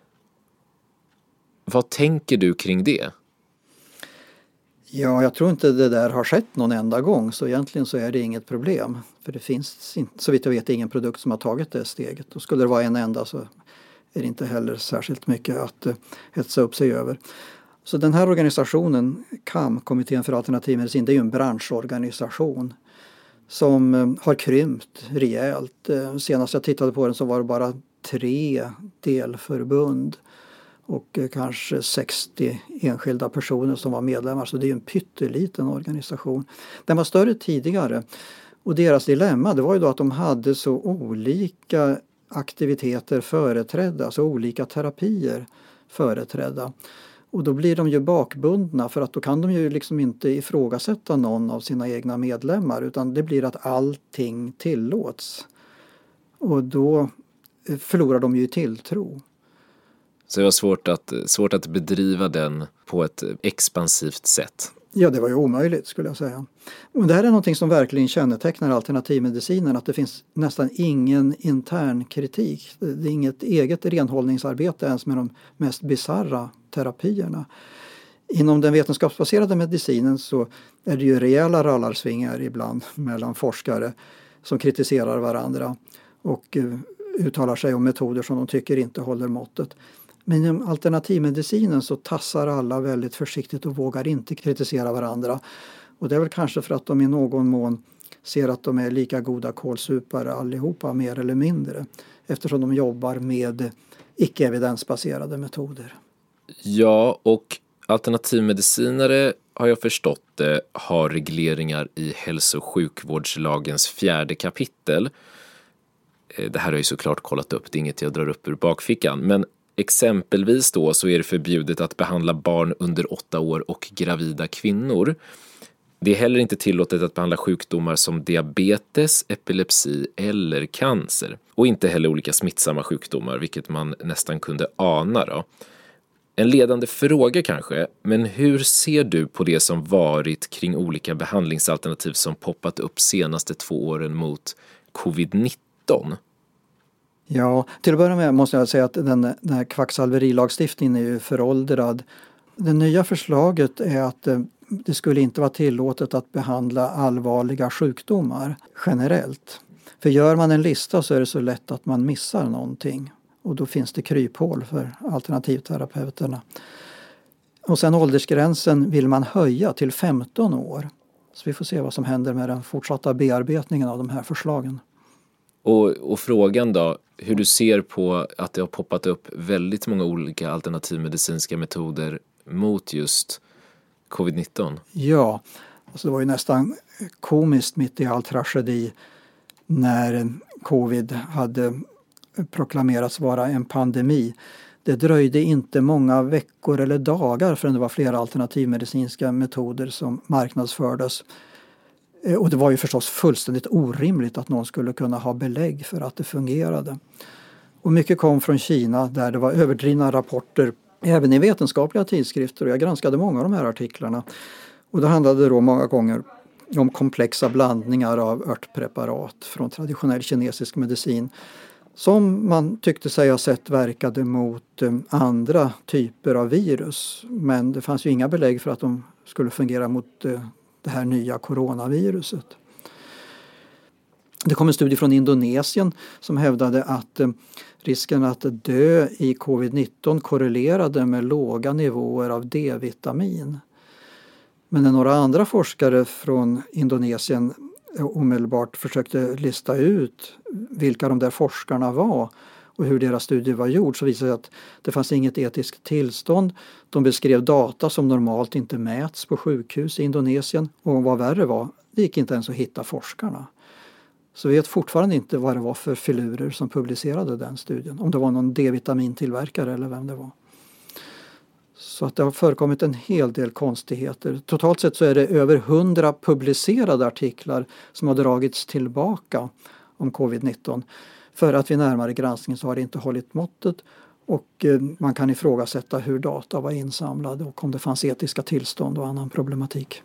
Vad tänker du kring det? Ja, jag tror inte det där har skett någon enda gång, så egentligen så är det inget problem. För det finns, så vitt jag vet, ingen produkt som har tagit det steget. Och skulle det vara en enda så är det inte heller särskilt mycket att hetsa upp sig över. Så den här organisationen, KAM, Kommittén för alternativmedicin, det är ju en branschorganisation som har krympt rejält. Senast jag tittade på den så var det bara 3 delförbund och kanske 60 enskilda personer som var medlemmar. Så det är ju en pytteliten organisation. Den var större tidigare och deras dilemma det var ju då att de hade så olika aktiviteter företrädda, så olika terapier företrädda. Och då blir de ju bakbundna för att då kan de ju liksom inte ifrågasätta någon av sina egna medlemmar utan det blir att allting tillåts. Och då förlorar de ju tilltro. Så det var svårt att bedriva den på ett expansivt sätt. Ja, det var ju omöjligt skulle jag säga. Och det här är någonting som verkligen kännetecknar alternativmedicinen, att det finns nästan ingen intern kritik. Det är inget eget renhållningsarbete ens med de mest bizarra terapierna. Inom den vetenskapsbaserade medicinen så är det ju rejäla rallarsvingar ibland mellan forskare som kritiserar varandra och uttalar sig om metoder som de tycker inte håller måttet. Men inom alternativmedicinen så tassar alla väldigt försiktigt och vågar inte kritisera varandra. Och det är väl kanske för att de i någon mån ser att de är lika goda kålsupare allihopa mer eller mindre. Eftersom de jobbar med icke-evidensbaserade metoder. Ja, och alternativmedicinare har jag förstått det har regleringar i hälso- och sjukvårdslagens 4:e kapitel. Det här har jag ju såklart kollat upp, det är inget jag drar upp ur bakfickan. Men exempelvis då så är det förbjudet att behandla barn under 8 år och gravida kvinnor. Det är heller inte tillåtet att behandla sjukdomar som diabetes, epilepsi eller cancer. Och inte heller olika smittsamma sjukdomar, vilket man nästan kunde ana då. En ledande fråga kanske, men hur ser du på det som varit kring olika behandlingsalternativ som poppat upp senaste 2 åren mot covid-19? Ja, till att börja med måste jag säga att den här kvacksalverilagstiftningen är ju föråldrad. Det nya förslaget är att det skulle inte vara tillåtet att behandla allvarliga sjukdomar generellt. För gör man en lista så är det så lätt att man missar någonting. Och då finns det kryphål för alternativterapeuterna. Och sen åldersgränsen vill man höja till 15 år. Så vi får se vad som händer med den fortsatta bearbetningen av de här förslagen. Och frågan då, hur du ser på att det har poppat upp väldigt många olika alternativmedicinska metoder mot just covid-19? Ja, alltså det var ju nästan komiskt mitt i all tragedi när covid hade proklamerats vara en pandemi. Det dröjde inte många veckor eller dagar förrän det var flera alternativmedicinska metoder som marknadsfördes. Och det var ju förstås fullständigt orimligt att någon skulle kunna ha belägg för att det fungerade. Och mycket kom från Kina där det var överdrivna rapporter även i vetenskapliga tidskrifter och jag granskade många av de här artiklarna. Och det handlade då många gånger om komplexa blandningar av örtpreparat från traditionell kinesisk medicin som man tyckte sig ha sett verkade mot andra typer av virus. Men det fanns ju inga belägg för att de skulle fungera mot det här nya coronaviruset. Det kom en studie från Indonesien som hävdade att risken att dö i covid-19 korrelerade med låga nivåer av D-vitamin. Men när några andra forskare från Indonesien omedelbart försökte lista ut vilka de där forskarna var och hur deras studie var gjord, så visade det att det fanns inget etiskt tillstånd. De beskrev data som normalt inte mäts på sjukhus i Indonesien, och vad värre var, det gick inte ens att hitta forskarna. Så vi vet fortfarande inte vad det var för filurer som publicerade den studien. Om det var någon D-vitamintillverkare eller vem det var. Så att det har förekommit en hel del konstigheter. Totalt sett så är det över 100 publicerade artiklar som har dragits tillbaka om covid-19. För att vid närmare granskning så har det inte hållit måttet. Och man kan ifrågasätta hur data var insamlade och om det fanns etiska tillstånd och annan problematik.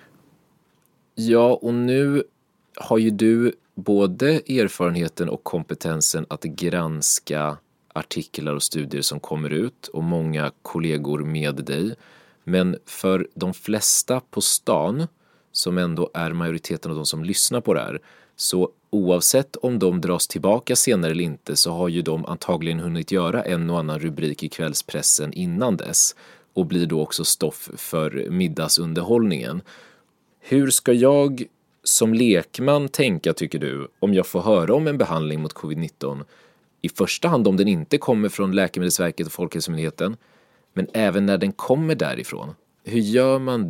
Ja, och nu har ju du både erfarenheten och kompetensen att granska artiklar och studier som kommer ut, och många kollegor med dig. Men för de flesta på stan, som ändå är majoriteten av de som lyssnar på det här, så oavsett om de dras tillbaka senare eller inte, så har ju de antagligen hunnit göra en och annan rubrik i kvällspressen innan dess, och blir då också stoff för middagsunderhållningen. Hur ska jag som lekman tänka, tycker du, om jag får höra om en behandling mot covid-19, i första hand om den inte kommer från Läkemedelsverket och Folkhälsomyndigheten, men även när den kommer därifrån? Hur gör man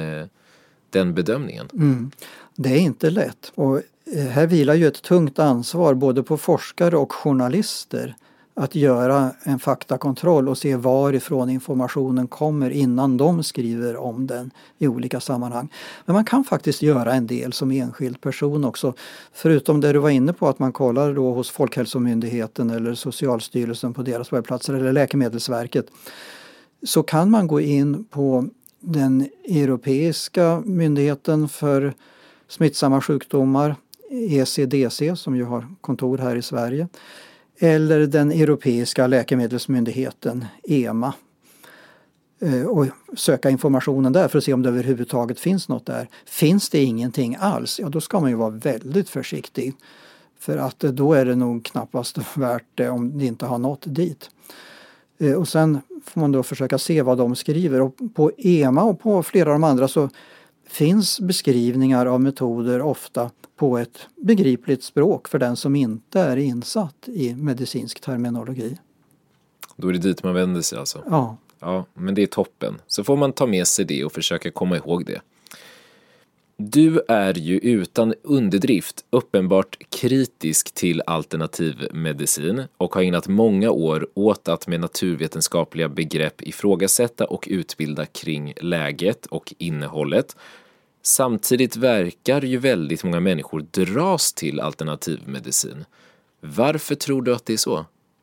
den bedömningen? Det är inte lätt, och här vilar ju ett tungt ansvar både på forskare och journalister att göra en faktakontroll och se varifrån informationen kommer innan de skriver om den i olika sammanhang. Men man kan faktiskt göra en del som enskild person också. Förutom det du var inne på, att man kollar då hos Folkhälsomyndigheten eller Socialstyrelsen på deras webbplatser eller Läkemedelsverket, så kan man gå in på den europeiska myndigheten för smittsamma sjukdomar, ECDC, som ju har kontor här i Sverige, eller den europeiska läkemedelsmyndigheten EMA, och söka informationen där för att se om det överhuvudtaget finns något där. Finns det ingenting alls, ja då ska man ju vara väldigt försiktig, för att då är det nog knappast värt det om det inte har nått dit. Och sen får man då försöka se vad de skriver, och på EMA och på flera av de andra så finns beskrivningar av metoder ofta på ett begripligt språk för den som inte är insatt i medicinsk terminologi. Då är det dit man vänder sig alltså? Ja. Ja, men det är toppen. Så får man ta med sig det och försöka komma ihåg det. Du är ju utan underdrift uppenbart kritisk till alternativ medicin och har ägnat många år åt att med naturvetenskapliga begrepp ifrågasätta och utbilda kring läget och innehållet. Samtidigt verkar ju väldigt många människor dras till alternativmedicin. Varför tror du att det är så?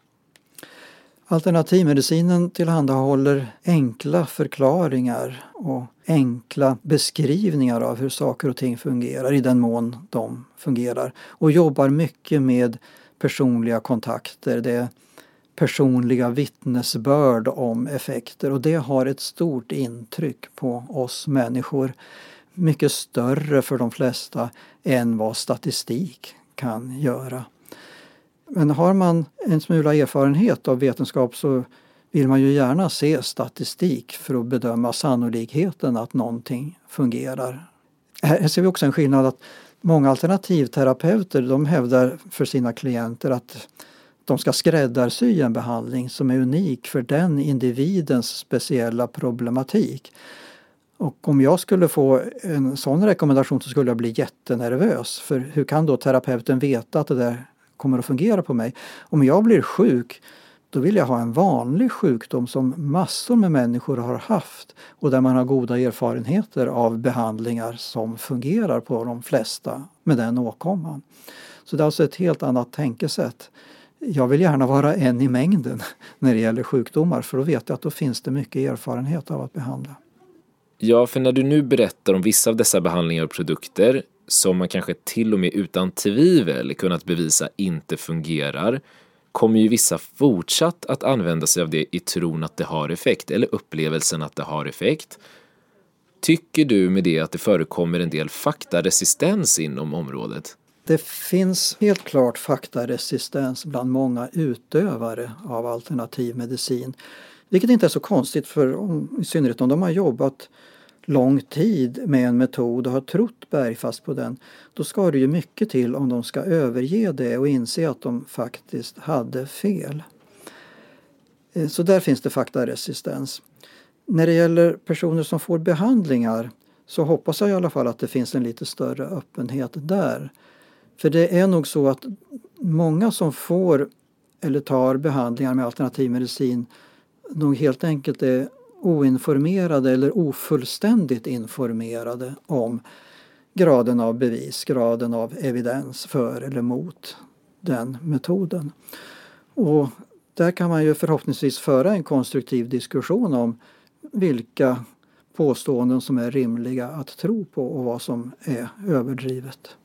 Alternativmedicinen tillhandahåller enkla förklaringar och enkla beskrivningar av hur saker och ting fungerar i den mån de fungerar, och jobbar mycket med personliga kontakter. Det är personliga vittnesbörd om effekter, och det har ett stort intryck på oss människor. Mycket större för de flesta än vad statistik kan göra. Men har man en smula erfarenhet av vetenskap så vill man ju gärna se statistik för att bedöma sannolikheten att någonting fungerar. Här ser vi också en skillnad, att många alternativterapeuter de hävdar för sina klienter att de ska skräddarsy en behandling som är unik för den individens speciella problematik. Och om jag skulle få en sån rekommendation så skulle jag bli jättenervös. För hur kan då terapeuten veta att det där kommer att fungera på mig? Om jag blir sjuk, då vill jag ha en vanlig sjukdom som massor med människor har haft och där man har goda erfarenheter av behandlingar som fungerar på de flesta med den åkomman. Så det är alltså ett helt annat tänkesätt. Jag vill gärna vara en i mängden när det gäller sjukdomar, för då vet jag att då finns det mycket erfarenhet av att behandla. Ja, för när du nu berättar om vissa av dessa behandlingar och produkter som man kanske till och med utan tvivel kunnat bevisa inte fungerar, kommer ju vissa fortsatt att använda sig av det i tron att det har effekt, eller upplevelsen att det har effekt. Tycker du med det att det förekommer en del faktaresistens inom området? Det finns helt klart faktaresistens bland många utövare av alternativ medicin. Vilket inte är så konstigt i synnerhet om de har jobbat lång tid med en metod och har trott bergfast på den. Då ska det ju mycket till om de ska överge det och inse att de faktiskt hade fel. Så där finns det faktaresistens. När det gäller personer som får behandlingar så hoppas jag i alla fall att det finns en lite större öppenhet där. För det är nog så att många som får eller tar behandlingar med alternativ medicin nog helt enkelt är oinformerade eller ofullständigt informerade om graden av bevis, graden av evidens för eller mot den metoden. Och där kan man ju förhoppningsvis föra en konstruktiv diskussion om vilka påståenden som är rimliga att tro på och vad som är överdrivet.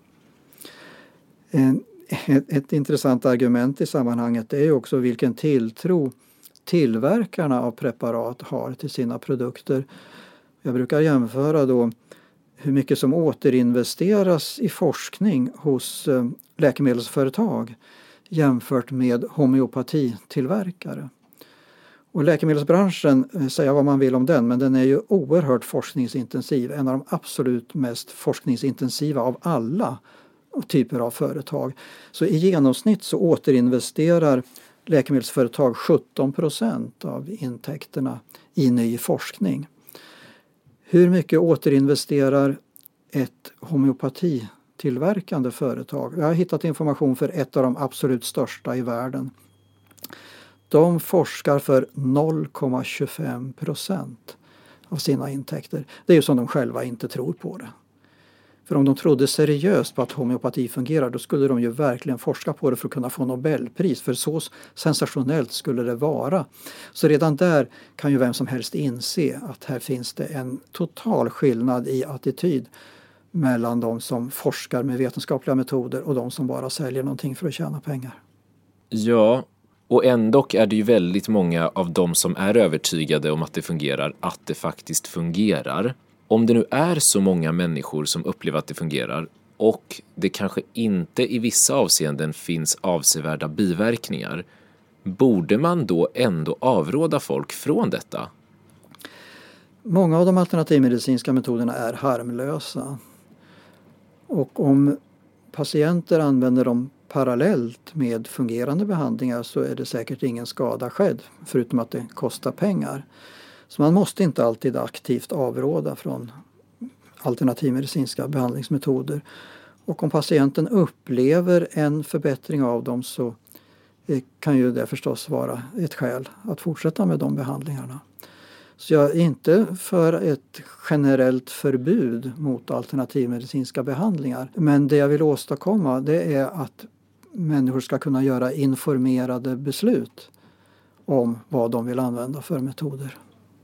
Ett intressant argument i sammanhanget är ju också vilken tilltro tillverkarna av preparat har till sina produkter. Jag brukar jämföra då hur mycket som återinvesteras i forskning hos läkemedelsföretag jämfört med homeopatitillverkare. Och läkemedelsbranschen, säga vad man vill om den, men den är ju oerhört forskningsintensiv. En av de absolut mest forskningsintensiva av alla typer av företag. Så i genomsnitt så återinvesterar läkemedelsföretag 17% av intäkterna i ny forskning. Hur mycket återinvesterar ett homeopatitillverkande företag? Jag har hittat information för ett av de absolut största i världen. De forskar för 0,25% av sina intäkter. Det är ju som de själva inte tror på det. För om de trodde seriöst på att homeopati fungerar, då skulle de ju verkligen forska på det för att kunna få Nobelpris. För så sensationellt skulle det vara. Så redan där kan ju vem som helst inse att här finns det en total skillnad i attityd mellan de som forskar med vetenskapliga metoder och de som bara säljer någonting för att tjäna pengar. Ja, och ändå är det ju väldigt många av de som är övertygade om att det fungerar, att det faktiskt fungerar. Om det nu är så många människor som upplever att det fungerar och det kanske inte i vissa avseenden finns avsevärda biverkningar, borde man då ändå avråda folk från detta? Många av de alternativmedicinska metoderna är harmlösa. Och om patienter använder dem parallellt med fungerande behandlingar så är det säkert ingen skada skedd, förutom att det kostar pengar. Så man måste inte alltid aktivt avråda från alternativmedicinska behandlingsmetoder. Och om patienten upplever en förbättring av dem så kan ju det förstås vara ett skäl att fortsätta med de behandlingarna. Så jag är inte för ett generellt förbud mot alternativmedicinska behandlingar. Men det jag vill åstadkomma det är att människor ska kunna göra informerade beslut om vad de vill använda för metoder.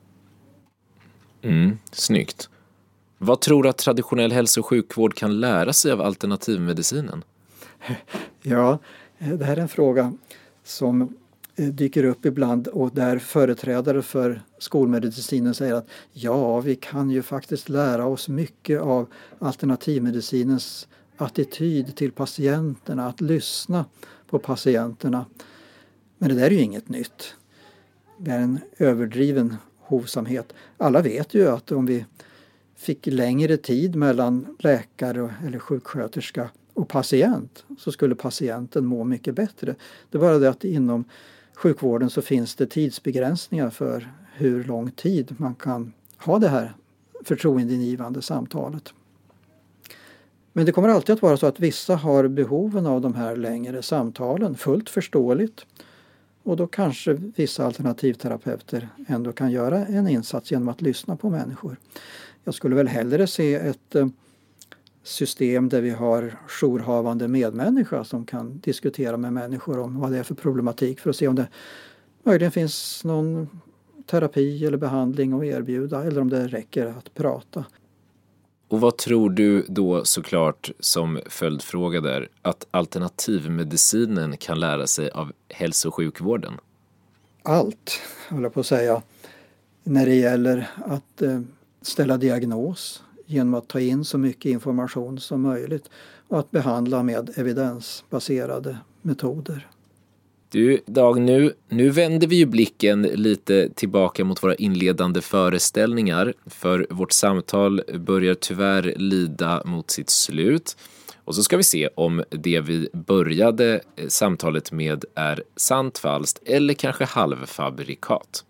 Snyggt. Vad tror du att traditionell hälso- och sjukvård kan lära sig av alternativmedicinen? Ja, det här är en fråga som dyker upp ibland och där företrädare för skolmedicinen säger att ja, vi kan ju faktiskt lära oss mycket av alternativmedicinens attityd till patienterna, att lyssna på patienterna. Men det där är ju inget nytt. Det är en överdriven hovsamhet. Alla vet ju att om vi fick längre tid mellan läkare eller sjuksköterska och patient så skulle patienten må mycket bättre. Det är bara det att inom sjukvården så finns det tidsbegränsningar för hur lång tid man kan ha det här förtroendeingivande samtalet. Men det kommer alltid att vara så att vissa har behoven av de här längre samtalen, fullt förståeligt. Och då kanske vissa alternativterapeuter ändå kan göra en insats genom att lyssna på människor. Jag skulle väl hellre se ett system där vi har jourhavande medmänniska som kan diskutera med människor om vad det är för problematik för att se om det möjligen finns någon terapi eller behandling att erbjuda eller om det räcker att prata. Och vad tror du då såklart som följdfråga där att alternativmedicinen kan lära sig av hälso- och sjukvården? Allt, håller jag på att säga, när det gäller att ställa diagnos, genom att ta in så mycket information som möjligt och att behandla med evidensbaserade metoder. Du Dag, nu vänder vi ju blicken lite tillbaka mot våra inledande föreställningar, för vårt samtal börjar tyvärr lida mot sitt slut. Och så ska vi se om det vi började samtalet med är sant, falskt eller kanske halvfabrikat.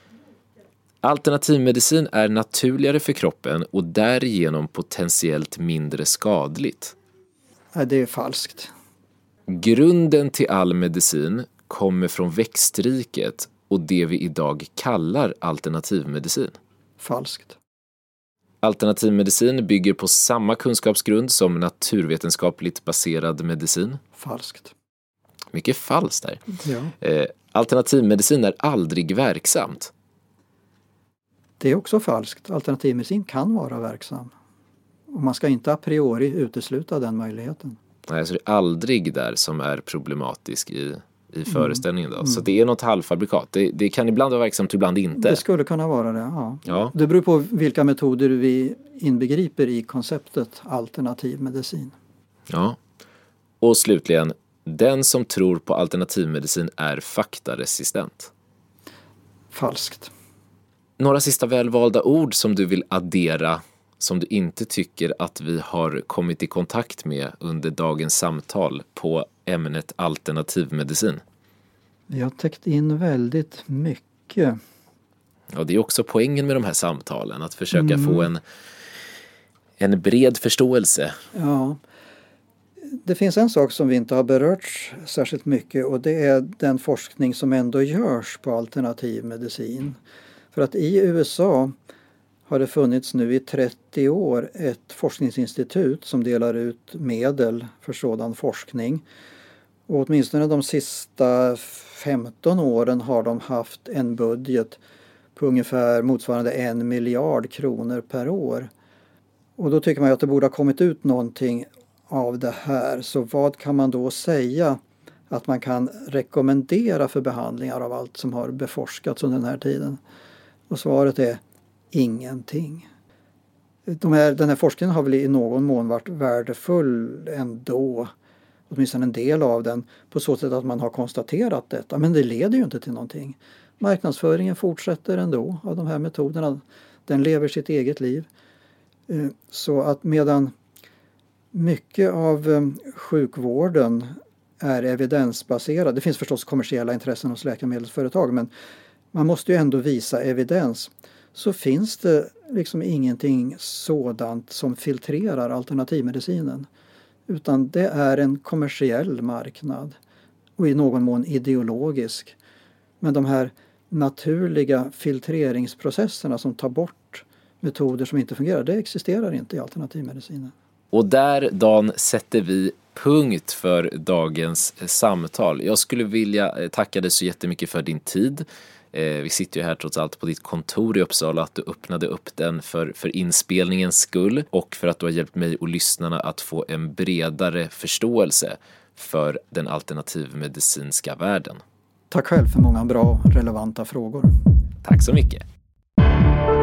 Alternativmedicin är naturligare för kroppen och därigenom potentiellt mindre skadligt. Nej, det är falskt. Grunden till all medicin kommer från växtriket och det vi idag kallar alternativmedicin. Falskt. Alternativmedicin bygger på samma kunskapsgrund som naturvetenskapligt baserad medicin. Falskt. Mycket falskt där. Ja. Alternativmedicin är aldrig verksamt. Det är också falskt. Alternativmedicin kan vara verksam. Och man ska inte a priori utesluta den möjligheten. Nej, så det är aldrig där som är problematisk i föreställningen då. Så det är något halvfabrikat. Det kan ibland vara verksamt, ibland inte. Det skulle kunna vara det, ja. Det beror på vilka metoder vi inbegriper i konceptet alternativmedicin. Ja. Och slutligen, den som tror på alternativmedicin är faktaresistent. Falskt. Några sista välvalda ord som du vill addera, som du inte tycker att vi har kommit i kontakt med under dagens samtal på ämnet alternativmedicin? Vi har täckt in väldigt mycket. Ja, det är också poängen med de här samtalen, att försöka få en bred förståelse. Ja, det finns en sak som vi inte har berört särskilt mycket, och det är den forskning som ändå görs på alternativmedicin. För att i USA har det funnits nu i 30 år ett forskningsinstitut som delar ut medel för sådan forskning. Och åtminstone de sista 15 åren har de haft en budget på ungefär motsvarande 1 miljard kronor per år. Och då tycker man att det borde ha kommit ut någonting av det här. Så vad kan man då säga att man kan rekommendera för behandlingar av allt som har beforskats under den här tiden? Och svaret är ingenting. Den här forskningen har väl i någon mån varit värdefull ändå, åtminstone en del av den, på så sätt att man har konstaterat detta. Men det leder ju inte till någonting. Marknadsföringen fortsätter ändå av de här metoderna. Den lever sitt eget liv. Så att medan mycket av sjukvården är evidensbaserad, det finns förstås kommersiella intressen hos läkemedelsföretag, men man måste ju ändå visa evidens, så finns det liksom ingenting sådant som filtrerar alternativmedicinen. Utan det är en kommersiell marknad och i någon mån ideologisk. Men de här naturliga filtreringsprocesserna som tar bort metoder som inte fungerar, det existerar inte i alternativmedicinen. Och där, Dan, sätter vi punkt för dagens samtal. Jag skulle vilja tacka dig så jättemycket för din tid. Vi sitter ju här trots allt på ditt kontor i Uppsala, att du öppnade upp den för inspelningens skull och för att du har hjälpt mig och lyssnarna att få en bredare förståelse för den alternativmedicinska världen. Tack själv för många bra relevanta frågor. Tack så mycket.